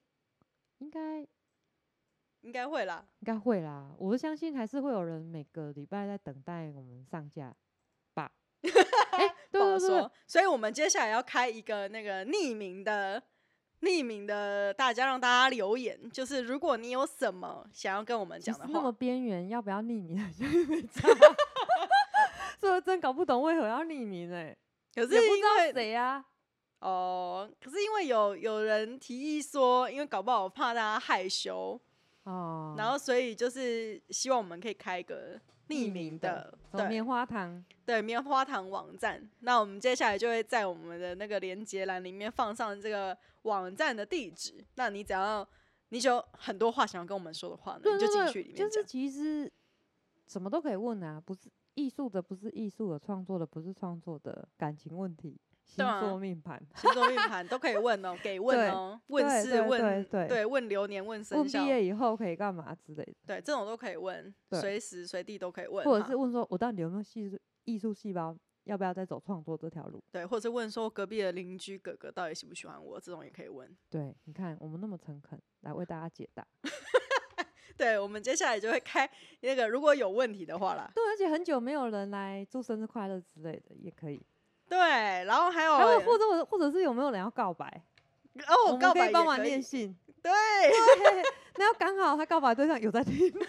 应该会啦， 我相信还是会有人每个礼拜在等待我们上架吧。 不好说，所以我们接下来要开一个那个匿名的匿名的大家，让大家留言，就是如果你有什么想要跟我们讲的话， 那么边缘，要不要匿名？没差。所以我真搞不懂为何要匿名可是也不知道谁啊。 可是因为有人提议说，因为搞不好怕大家害羞然后所以就是希望我们可以开个匿名的棉花糖， 对，棉花糖网站。那我们接下来就会在我们的那个连结栏里面放上这个网站的地址。那你只要你有很多话想要跟我们说的话呢，你就进去里面讲。 就是其实什么都可以问啊，不是艺术的不是艺术的，创作的不是创作的，感情问题。星座命盘， 星座命盘都可以问哦，给问哦，问事问对问流年问生肖， 问毕业以后可以干嘛之类的， 对，这种都可以问，随时随地都可以问， 或者是问说我到底有没有艺术细胞，要不要再走创作这条路？ 对，或者是问说隔壁的邻居哥哥到底喜不喜欢我，这种也可以问。 对，你看我们那么诚恳，来为大家解答。 对，我们接下来就会开那个如果有问题的话啦。 对，而且很久没有人来祝生日快乐之类的，也可以。 对，然后还有或者是有没有人要告白？ 我们可以帮忙念信。 对， 那要刚好他告白对象有在听，这个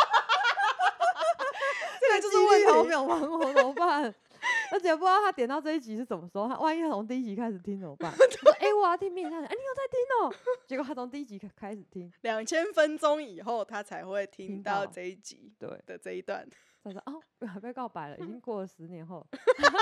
就是问题， 好渺茫哦，怎么办？而且不知道他点到这一集是什么时候，万一他从第一集开始听怎么办？我要听命，他说你有在听哦，结果他从第一集开始听 ，2000分钟以后他才会听到这一集的这一段。 他说被告白了，已经过了10年后。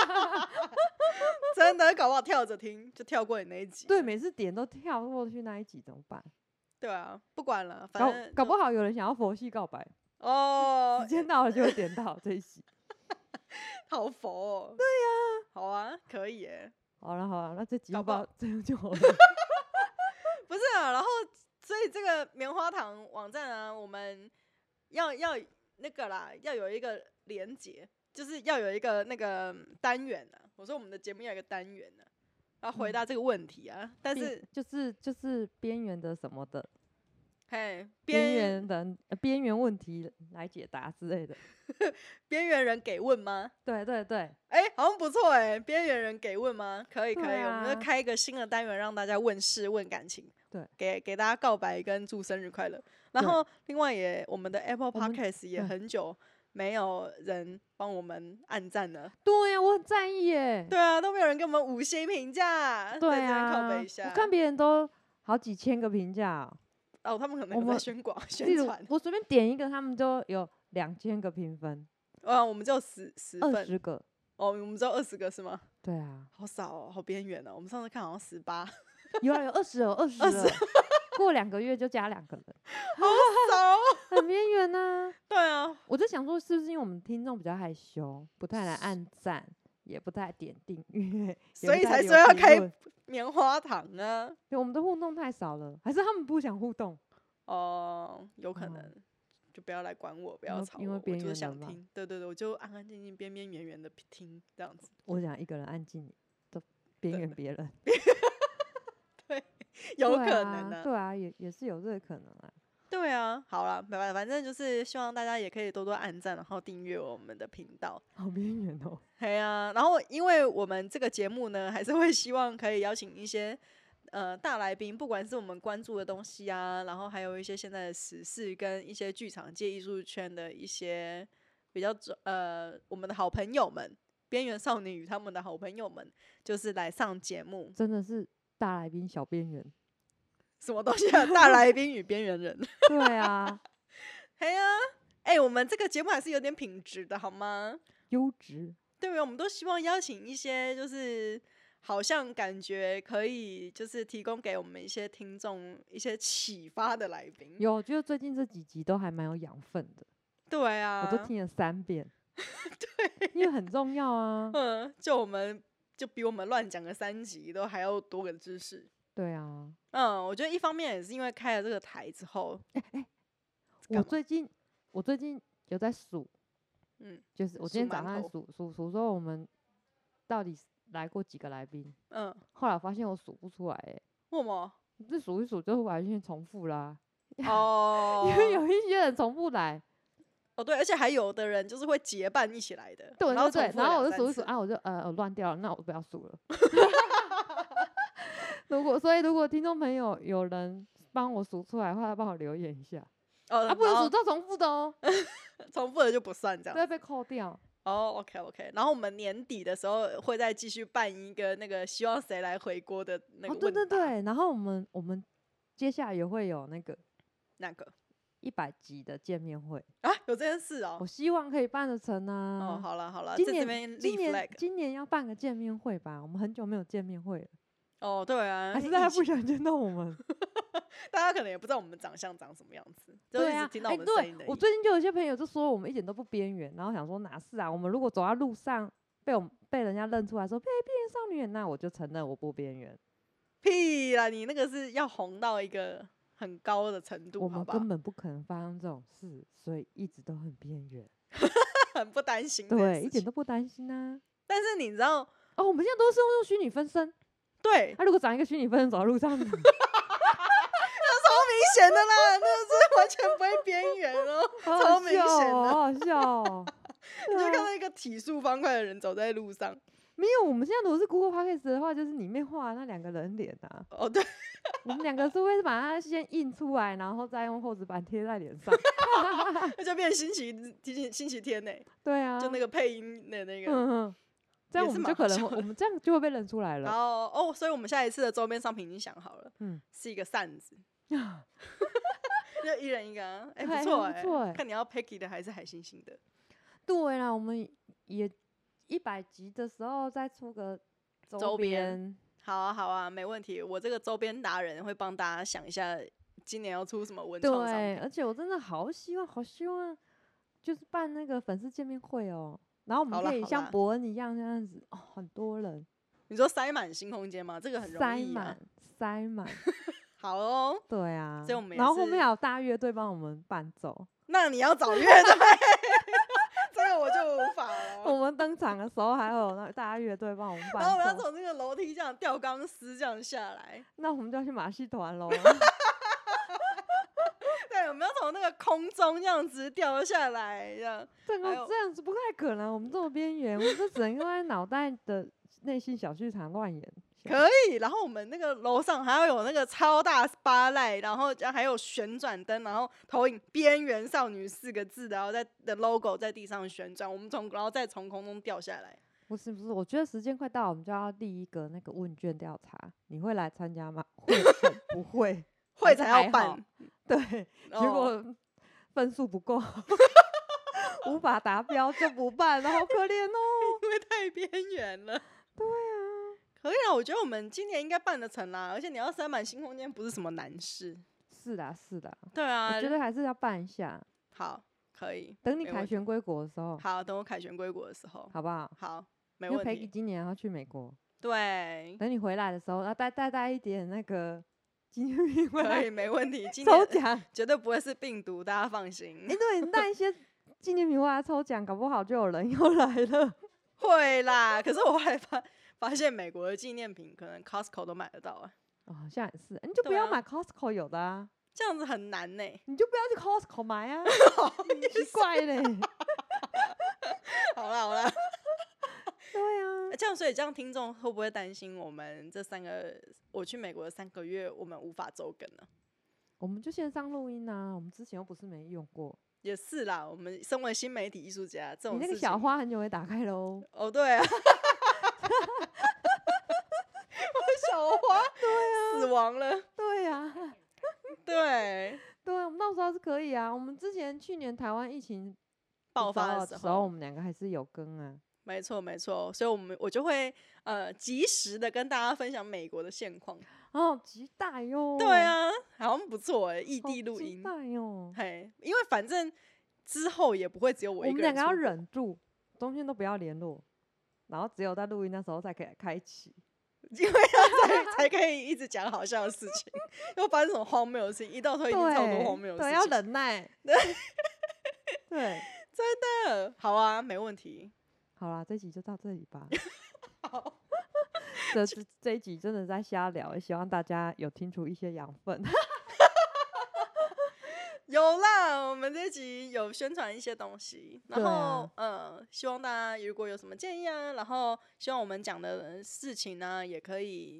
真的搞不好跳着听就跳过你那一集。 对，每次点都跳过去那一集怎么办？ 对啊，不管了，反正搞不好有人想要佛系告白时间到了就会点到这一集。 好佛哦。 对呀， 好啊，可以耶。 好了，那这集要不要这样就好了？ 不是啊，然后所以这个棉花糖网站啊，我们要那个啦，要有一个连结，就是要有一个那个单元啊。我说我们的节目要有一个单元啊，要回答这个问题啊。但是就是边缘的什么的， 边缘问题来解答之类的。 边缘人给问吗？ 对， 好像不错边缘人给问吗？可以，我们就开一个新的单元，让大家问事问感情。 对， 给大家告白跟祝生日快乐。然后另外我们的 Apple Podcast 也很久没有人帮我们按赞了。 对呀，我很在意耶。 对啊，都没有人给我们5星评价。 对啊， 靠北一下。 我看别人都好几千个评价他们可能有在宣传。 我随便点一个，他们就有2000个评分。 我们只有10份 ，20个。 我们只有20个是吗？ 对啊， 好少哦，好边缘哦。我们上次看好像18。 有20了，过2个月就加2个人， 好少， 很边缘啊。 对啊， 我就想说，是不是因为我们听众比较害羞，不太来按赞，也不太点订阅， 所以才说要开棉花糖啊？ 我们的互动太少了，还是他们不想互动？ 有可能，就不要来管我，不要吵我， 因为边缘人我就想听。对，我就安安静静、边边缘缘的听这样子。 我想一个人安静，都边缘别人。 对，有可能啊。 对啊，也是有这个可能啊。 对啊，好了，反正就是希望大家也可以多多按赞，然后订阅我们的频道。 好边缘哦。 对啊，然后因为我们这个节目呢，还是会希望可以邀请一些大来宾，不管是我们关注的东西啊，然后还有一些现在的时事跟一些剧场界艺术圈的一些比较我们的好朋友们，边缘少女与他们的好朋友们，就是来上节目。 真的是大来宾小边缘。 什么东西啊？大来宾与边缘人。 对啊。 我们这个节目还是有点品质的好吗？ 优质。 对，我们都希望邀请一些就是好像感觉可以就是提供给我们一些听众一些启发的来宾。 我觉得最近这几集都还蛮有养分的。 对啊， 我都听了3遍。 对， 因为很重要啊。 就比我们乱讲个3集都还要多个知识。 对啊。 我觉得一方面也是因为开了这个台之后， 我最近有在数，就是我今天早上数说我们到底来过几个来宾，后来我发现我数不出来， 为什么？ 这数一数就完全重复啦。因为有一些人重复来。 对，而且还有的人就是会结伴一起来的。 对，然后我就数一数我就乱掉了，那我不要数了。 如果听众朋友有人帮我数出来的话，帮我留言一下。不能数到重复的哦， 重复的就不算这样， 对，被扣掉。 OK， 然后我们年底的时候会再继续办一个那个希望谁来回锅的那个问答。 对，然后我们接下来也会有那个100集的见面会啊，有这件事哦。 我希望可以办得成啊。 好了， 今年要办个见面会吧，我们很久没有见面会了。 对啊， 还是大家不想见到我们？ 大家可能也不知道我们长相长什么样子，就一直听到我们声音的。 我最近就有些朋友就说我们一点都不边缘，然后想说哪是啊？我们如果走在路上被人家认出来说边缘少女，那我就承认我不边缘。 屁啦，你那个是要红到一个很高的程度， 我们根本不可能发生这种事，所以一直都很边缘， 很不担心。 对，一点都不担心啊。 但是你知道， 我们现在都是用虚拟分身。 对， 如果长一个虚拟分身走在路上，那超明显的啦，那是完全不会边缘哦，超明显的， 好好笑哦。 你就看到一个体数方块的人走在路上。 没有，我们现在如果是 Google Podcast 的话，就是里面画那2个人脸啊。 对， 我们2个是会把它先印出来，然后再用厚纸板贴在脸上， 那就变星期天呢。对啊，就那个配音的那个。 这样我们就可能我们这样就会被认出来了。 所以我们下一次的周边商品已经想好了，是一个扇子，就一人一个，不错看你要 Peggy 的还是海星星的。 对啦，我们也100集的时候再出个周边。 好啊，没问题。我这个周边达人会帮大家想一下，今年要出什么文创商品。 对，而且我真的好希望，就是办那个粉丝见面会哦。然后我们可以像伯恩一样这样子很多人。 你说塞满新空间吗？这个很容易塞满。 好哦。 对啊。 所以我们然后后面还有大乐队帮我们伴奏。 那你要找乐队，这个我就无法了。 我们登场的时候还有那大乐队帮我们伴奏。 然后我们要从那个楼梯这样吊钢丝这样下来。 那我们就要去马戏团喽。 对，我们要从那个空中这样子掉下来，这样子不太可能。我们这么边缘，我们就只能用在脑袋的内心小剧场乱演。 可以，然后我们那个楼上还要有那个超大 spotlight， 然后还有旋转灯，然后投影“边缘少女”4个字，然后的 logo 在地上旋转，然后再从空中掉下来。 不是，我觉得时间快到了，我们就要立一个那个问卷调查，你会来参加吗？会不会？ 会才要办。 对，如果分数不够无法达标就不办了，好可怜哦。 因为太边缘了。 对啊， 可以啊，我觉得我们今年应该办得成啦，而且你要塞满新空间不是什么难事。 是的。 对啊， 我觉得还是要办一下。 好，可以。 等你凯旋归国的时候。 好，等我凯旋归国的时候， 好不好？ 好，没问题。 因为 Peggy 今年要去美国。 对。 等你回来的时候，要带一点那个纪念品回来。 可以，没问题。 抽奖绝对不会是病毒，大家放心。 对，你带一些纪念品回来抽奖，搞不好就有人又来了。 会啦，可是我后来发现美国的纪念品可能 Costco 都买得到啊。 好像也是，你就不要买 Costco 有的啊。 这样子很难呢。 你就不要去 Costco 买啊。奇怪嘞。 好啦。 对啊。 所以这样听众会不会担心我们我去美国的3个月我们无法周更呢？ 我们就线上录音啊，我们之前又不是没用过。 也是啦，我们身为新媒体艺术家，这种事情你那个小花很久没打开喽。 对啊。我小花死亡了。 对啊。 对， 我们到时候是可以啊。我们之前去年台湾疫情爆发的时候， 我们2个还是有更啊。 没错，所以我就会及时的跟大家分享美国的现况。 期待哟。 对啊，好像不错异地录音。 期待哟。 因为反正之后也不会只有我一个人。 我们2个要忍住，中间都不要联络，然后只有在录音那时候才可以开启。 因为才可以一直讲好笑的事情，又发生什么荒谬的事情，一到头一定超多荒谬的事情。 对，要忍耐。对， 真的好啊，没问题。 好啦，这集就到这里吧。 好。 这一集真的在瞎聊，希望大家有听出一些养分。 有啦，我们这一集有宣传一些东西，然后希望大家如果有什么建议啊，然后希望我们讲的事情呢，也可以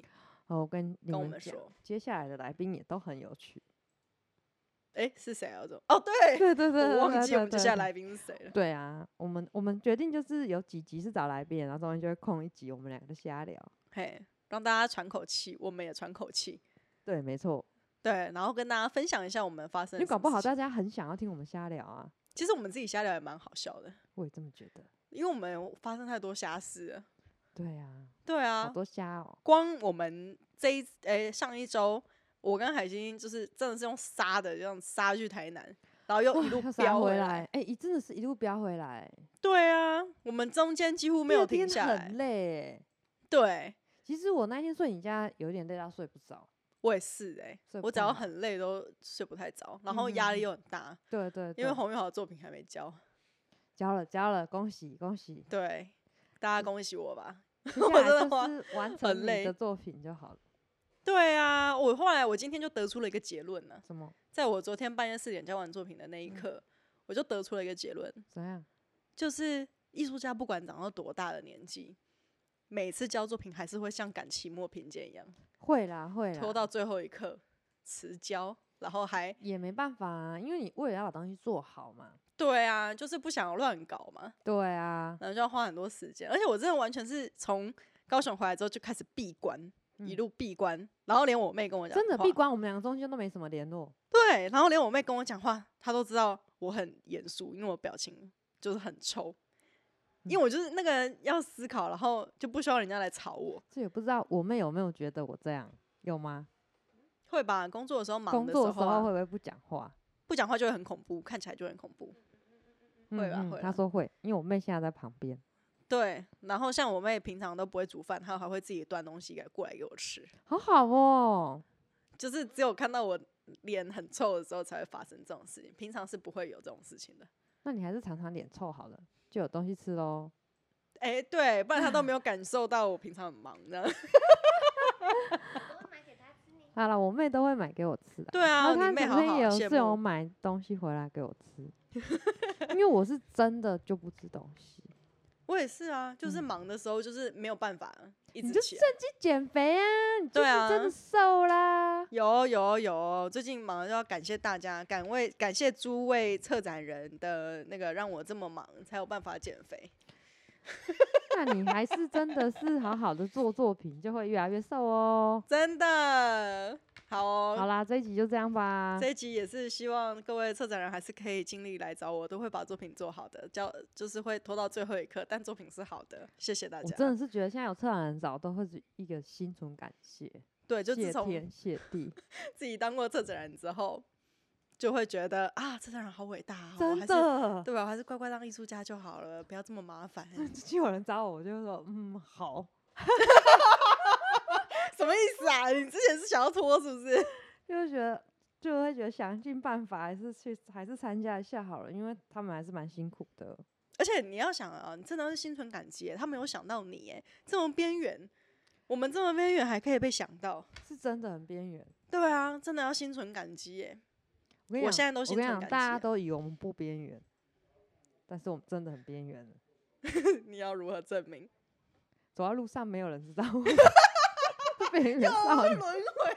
我跟你们讲， 说， 接下来的来宾也都很有趣。 是谁啊？对， 我忘记我们接下来来宾是谁了。 对啊，我们决定就是有几集是找来宾，然后中间就会空一集，我们两个就瞎聊， 让大家喘口气，我们也喘口气。 对，没错。 对，然后跟大家分享一下我们发生的事情。 因为搞不好大家很想要听我们瞎聊啊。 其实我们自己瞎聊也蛮好笑的。 我也这么觉得， 因为我们发生太多瞎事了。 对啊，好多瞎哦。 光我们上一周，我跟海星就是真的是用杀的，这样杀去台南，然后又一路飙回来。 真的是一路飙回来。 对啊，我们中间几乎没有停下来。 很累。 对， 其实我那天睡你家有点累到睡不着。 我也是我只要很累都睡不太着，然后压力又很大。 对， 因为洪玉豪的作品还没交了，恭喜恭喜！ 对，大家恭喜我吧。 我真的就是完成你的作品就好了。 对啊，后来我今天就得出了一个结论呢。 什么？ 在我昨天半夜4点交完作品的那一刻，我就得出了一个结论。 怎样？ 就是艺术家不管长到多大的年纪，每次交作品还是会像赶期末评鉴一样。 会啦， 拖到最后一刻迟交，然后还也没办法啊，因为你为了要把东西做好嘛。 对啊，就是不想乱搞嘛。 对啊， 然后就要花很多时间，而且我真的完全是从高雄回来之后就开始闭关，一路闭关，然后连我妹跟我讲话， 真的闭关，我们两个中间都没什么联络。 对，然后连我妹跟我讲话，她都知道我很严肃，因为我表情就是很抽。因为我就是那个要思考，然后就不需要人家来吵我。 这也不知道我妹有没有觉得我这样，有吗？ 会吧，工作的时候忙的时候，工作的时候会不会不讲话？ 不讲话就会很恐怖，看起来就很恐怖。会吧，会。 她说会，因为我妹现在在旁边。 对，然后像我妹平常都不会煮饭，她还会自己端东西过来给我吃。 好好哦， 就是只有看到我脸很臭的时候才会发生这种事情，平常是不会有这种事情的。 那你还是常常脸臭好了。就有东西吃咯。 对，不然他都没有感受到我平常很忙这样。 好了，我妹都会买给我吃的。 对啊，你妹好好， 也是有买东西回来给我吃，因为我是真的就不吃东西。 我也是啊，就是忙的时候就是没有办法一直你就趁机减肥啊！你就是真的瘦啦。 有，最近忙就要感谢大家，感谢诸位策展人的那个让我这么忙才有办法减肥。 那你还是真的是好好的做作品，就会越来越瘦哦。 真的。好哦， 好啦，这一集就这样吧。 这一集也是希望各位策展人还是可以尽力来找我，都会把作品做好的，就是会拖到最后一刻，但作品是好的。谢谢大家。 我真的是觉得现在有策展人找，都会是一个心存感谢。 对，就自从谢天谢地， 自己当过策展人之后，就会觉得啊，策展人好伟大， 真的， 对吧？我还是乖乖当艺术家就好了，不要这么麻烦。 就有人找我，就会说好。 什么意思啊？你之前是想要拖是不是？ 就会觉得想尽办法，还是参加一下好了，因为他们还是蛮辛苦的。 而且你要想啊，你真的是心存感激，他没有想到你这么边缘，我们这么边缘还可以被想到， 是真的很边缘。 对啊，真的要心存感激我现在都心存感激。 大家都以为我们不边缘，但是我们真的很边缘了。 你要如何证明？ 走在路上没有人知道我边缘少女。 轮回。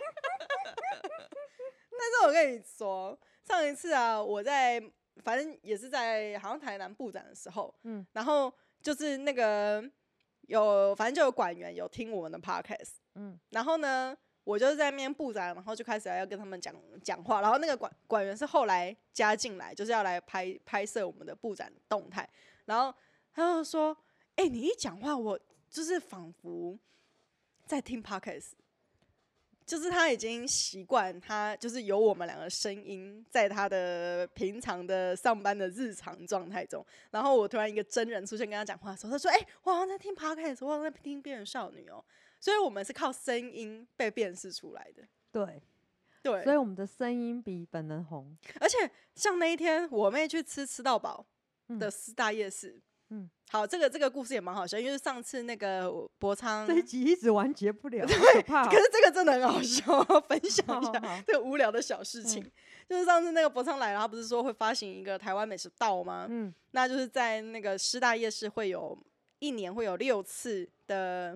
但是我跟你说，上一次啊，反正也是在好像台南布展的时候，然后就是那个反正就有馆员有听我们的 podcast，然后呢，我就是在那边布展，然后就开始要跟他们讲话，然后那个馆员是后来加进来，就是要来拍摄我们的布展动态，然后他就说：“你一讲话，我就是仿佛在听 podcast。”就是他已经习惯，他就是有我们两个声音在他的平常的上班的日常状态中，然后我突然一个真人出现跟他讲话的时候，他说：“我好像在听 podcast，我好像在听边缘少女哦。”所以我们是靠声音被辨识出来的。对， 所以我们的声音比本人红。 而且像那一天我妹去吃到饱的师大夜市。好，这个故事也蛮好笑，因为上次那个博昌这一集一直完结不了，好可怕。 可是这个真的很好笑，分享一下这个无聊的小事情。就是上次那个博昌来了，他不是说会发行一个台湾美食道吗？那就是在那个师大夜市一年会有6次的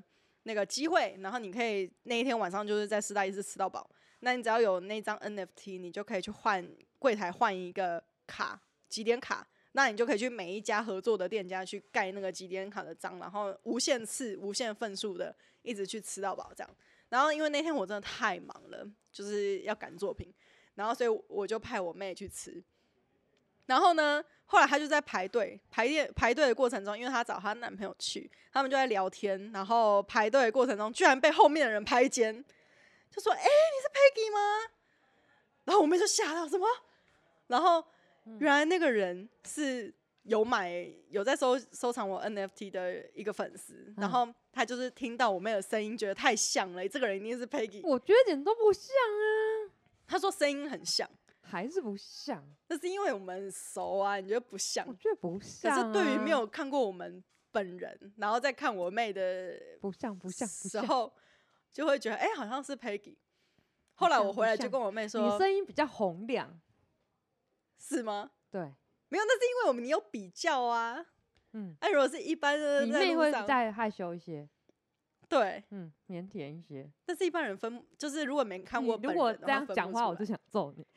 那个机会，然后你可以那一天晚上就是在师大夜市吃到饱。那你只要有那张 NFT， 你就可以去柜台换一个卡，集点卡。那你就可以去每一家合作的店家去盖那个集点卡的章，然后无限次、无限份数的一直去吃到饱这样。然后因为那天我真的太忙了，就是要赶作品，然后所以我就派我妹去吃。然后呢，后来她就在排队的过程中，因为她找她男朋友去，他们就在聊天，然后排队的过程中，居然被后面的人拍肩，就说：“你是 Peggy 吗？”然后我妹就吓到什么？然后原来那个人是有在收藏我 NFT 的一个粉丝，然后他就是听到我妹的声音，觉得太像了，这个人一定是 Peggy。 我觉得一点都不像啊。 他说声音很像。 还是不像， 那是因为我们很熟啊，你觉得不像？ 我觉得不像、 可是对于没有看过我们本人，然后再看我妹的不像时候，就会觉得好像是 Peggy。后来我回来就跟我妹说， 你声音比较洪亮， 是吗？ 对， 没有，那是因为你有比较啊。如果是一般的， 你妹会再害羞一些。 对， 腼腆一些。 但是一般人就是如果没看过本人， 如果这样讲话，我就想揍你。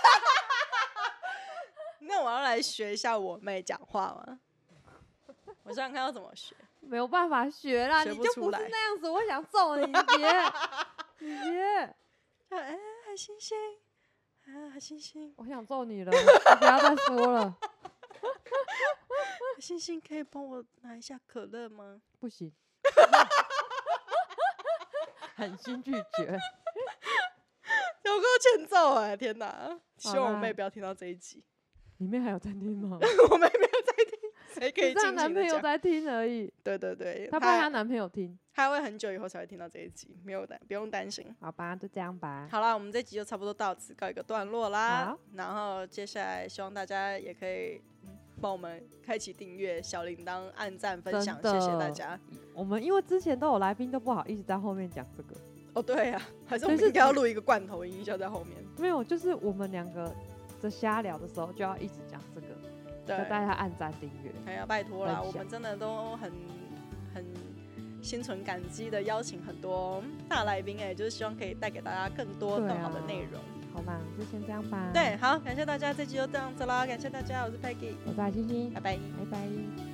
那我要来学一下我妹讲话吗？我想想看要怎么学。 没有办法学啦，你就不是那样子。我想揍你，你别。 海星星，海星星， 我想揍你了，你不要再说了。 海星星，可以帮我拿一下可乐吗？ 不行。狠心拒绝， 有够欠揍天哪！希望我妹不要听到这一集。 你妹还有在听吗？ 我妹没有在听，谁可以尽情的讲？ 她男朋友在听而已。 对， 她怕她男朋友听， 她会很久以后才会听到这一集，不用担心。 好吧，就这样吧。 好啦，我们这集就差不多到此告一个段落啦。然后接下来希望大家也可以帮我们开启订阅、小铃铛、按赞、分享，谢谢大家。 我们因为之前都有来宾，都不好意思在后面讲这个。 对啊，还是我们应该要录一个罐头音效在后面。 没有，就是我们两个在瞎聊的时候就要一直讲这个，对，大家按赞订阅。 拜托啦，我们真的都很心存感激的邀请很多大来宾，就是希望可以带给大家更多更好的内容。 好吧，就先这样吧。 对，好，感谢大家，这集就这样子啦，感谢大家，我是 Peggy， 我是海星星， 拜拜， 拜拜。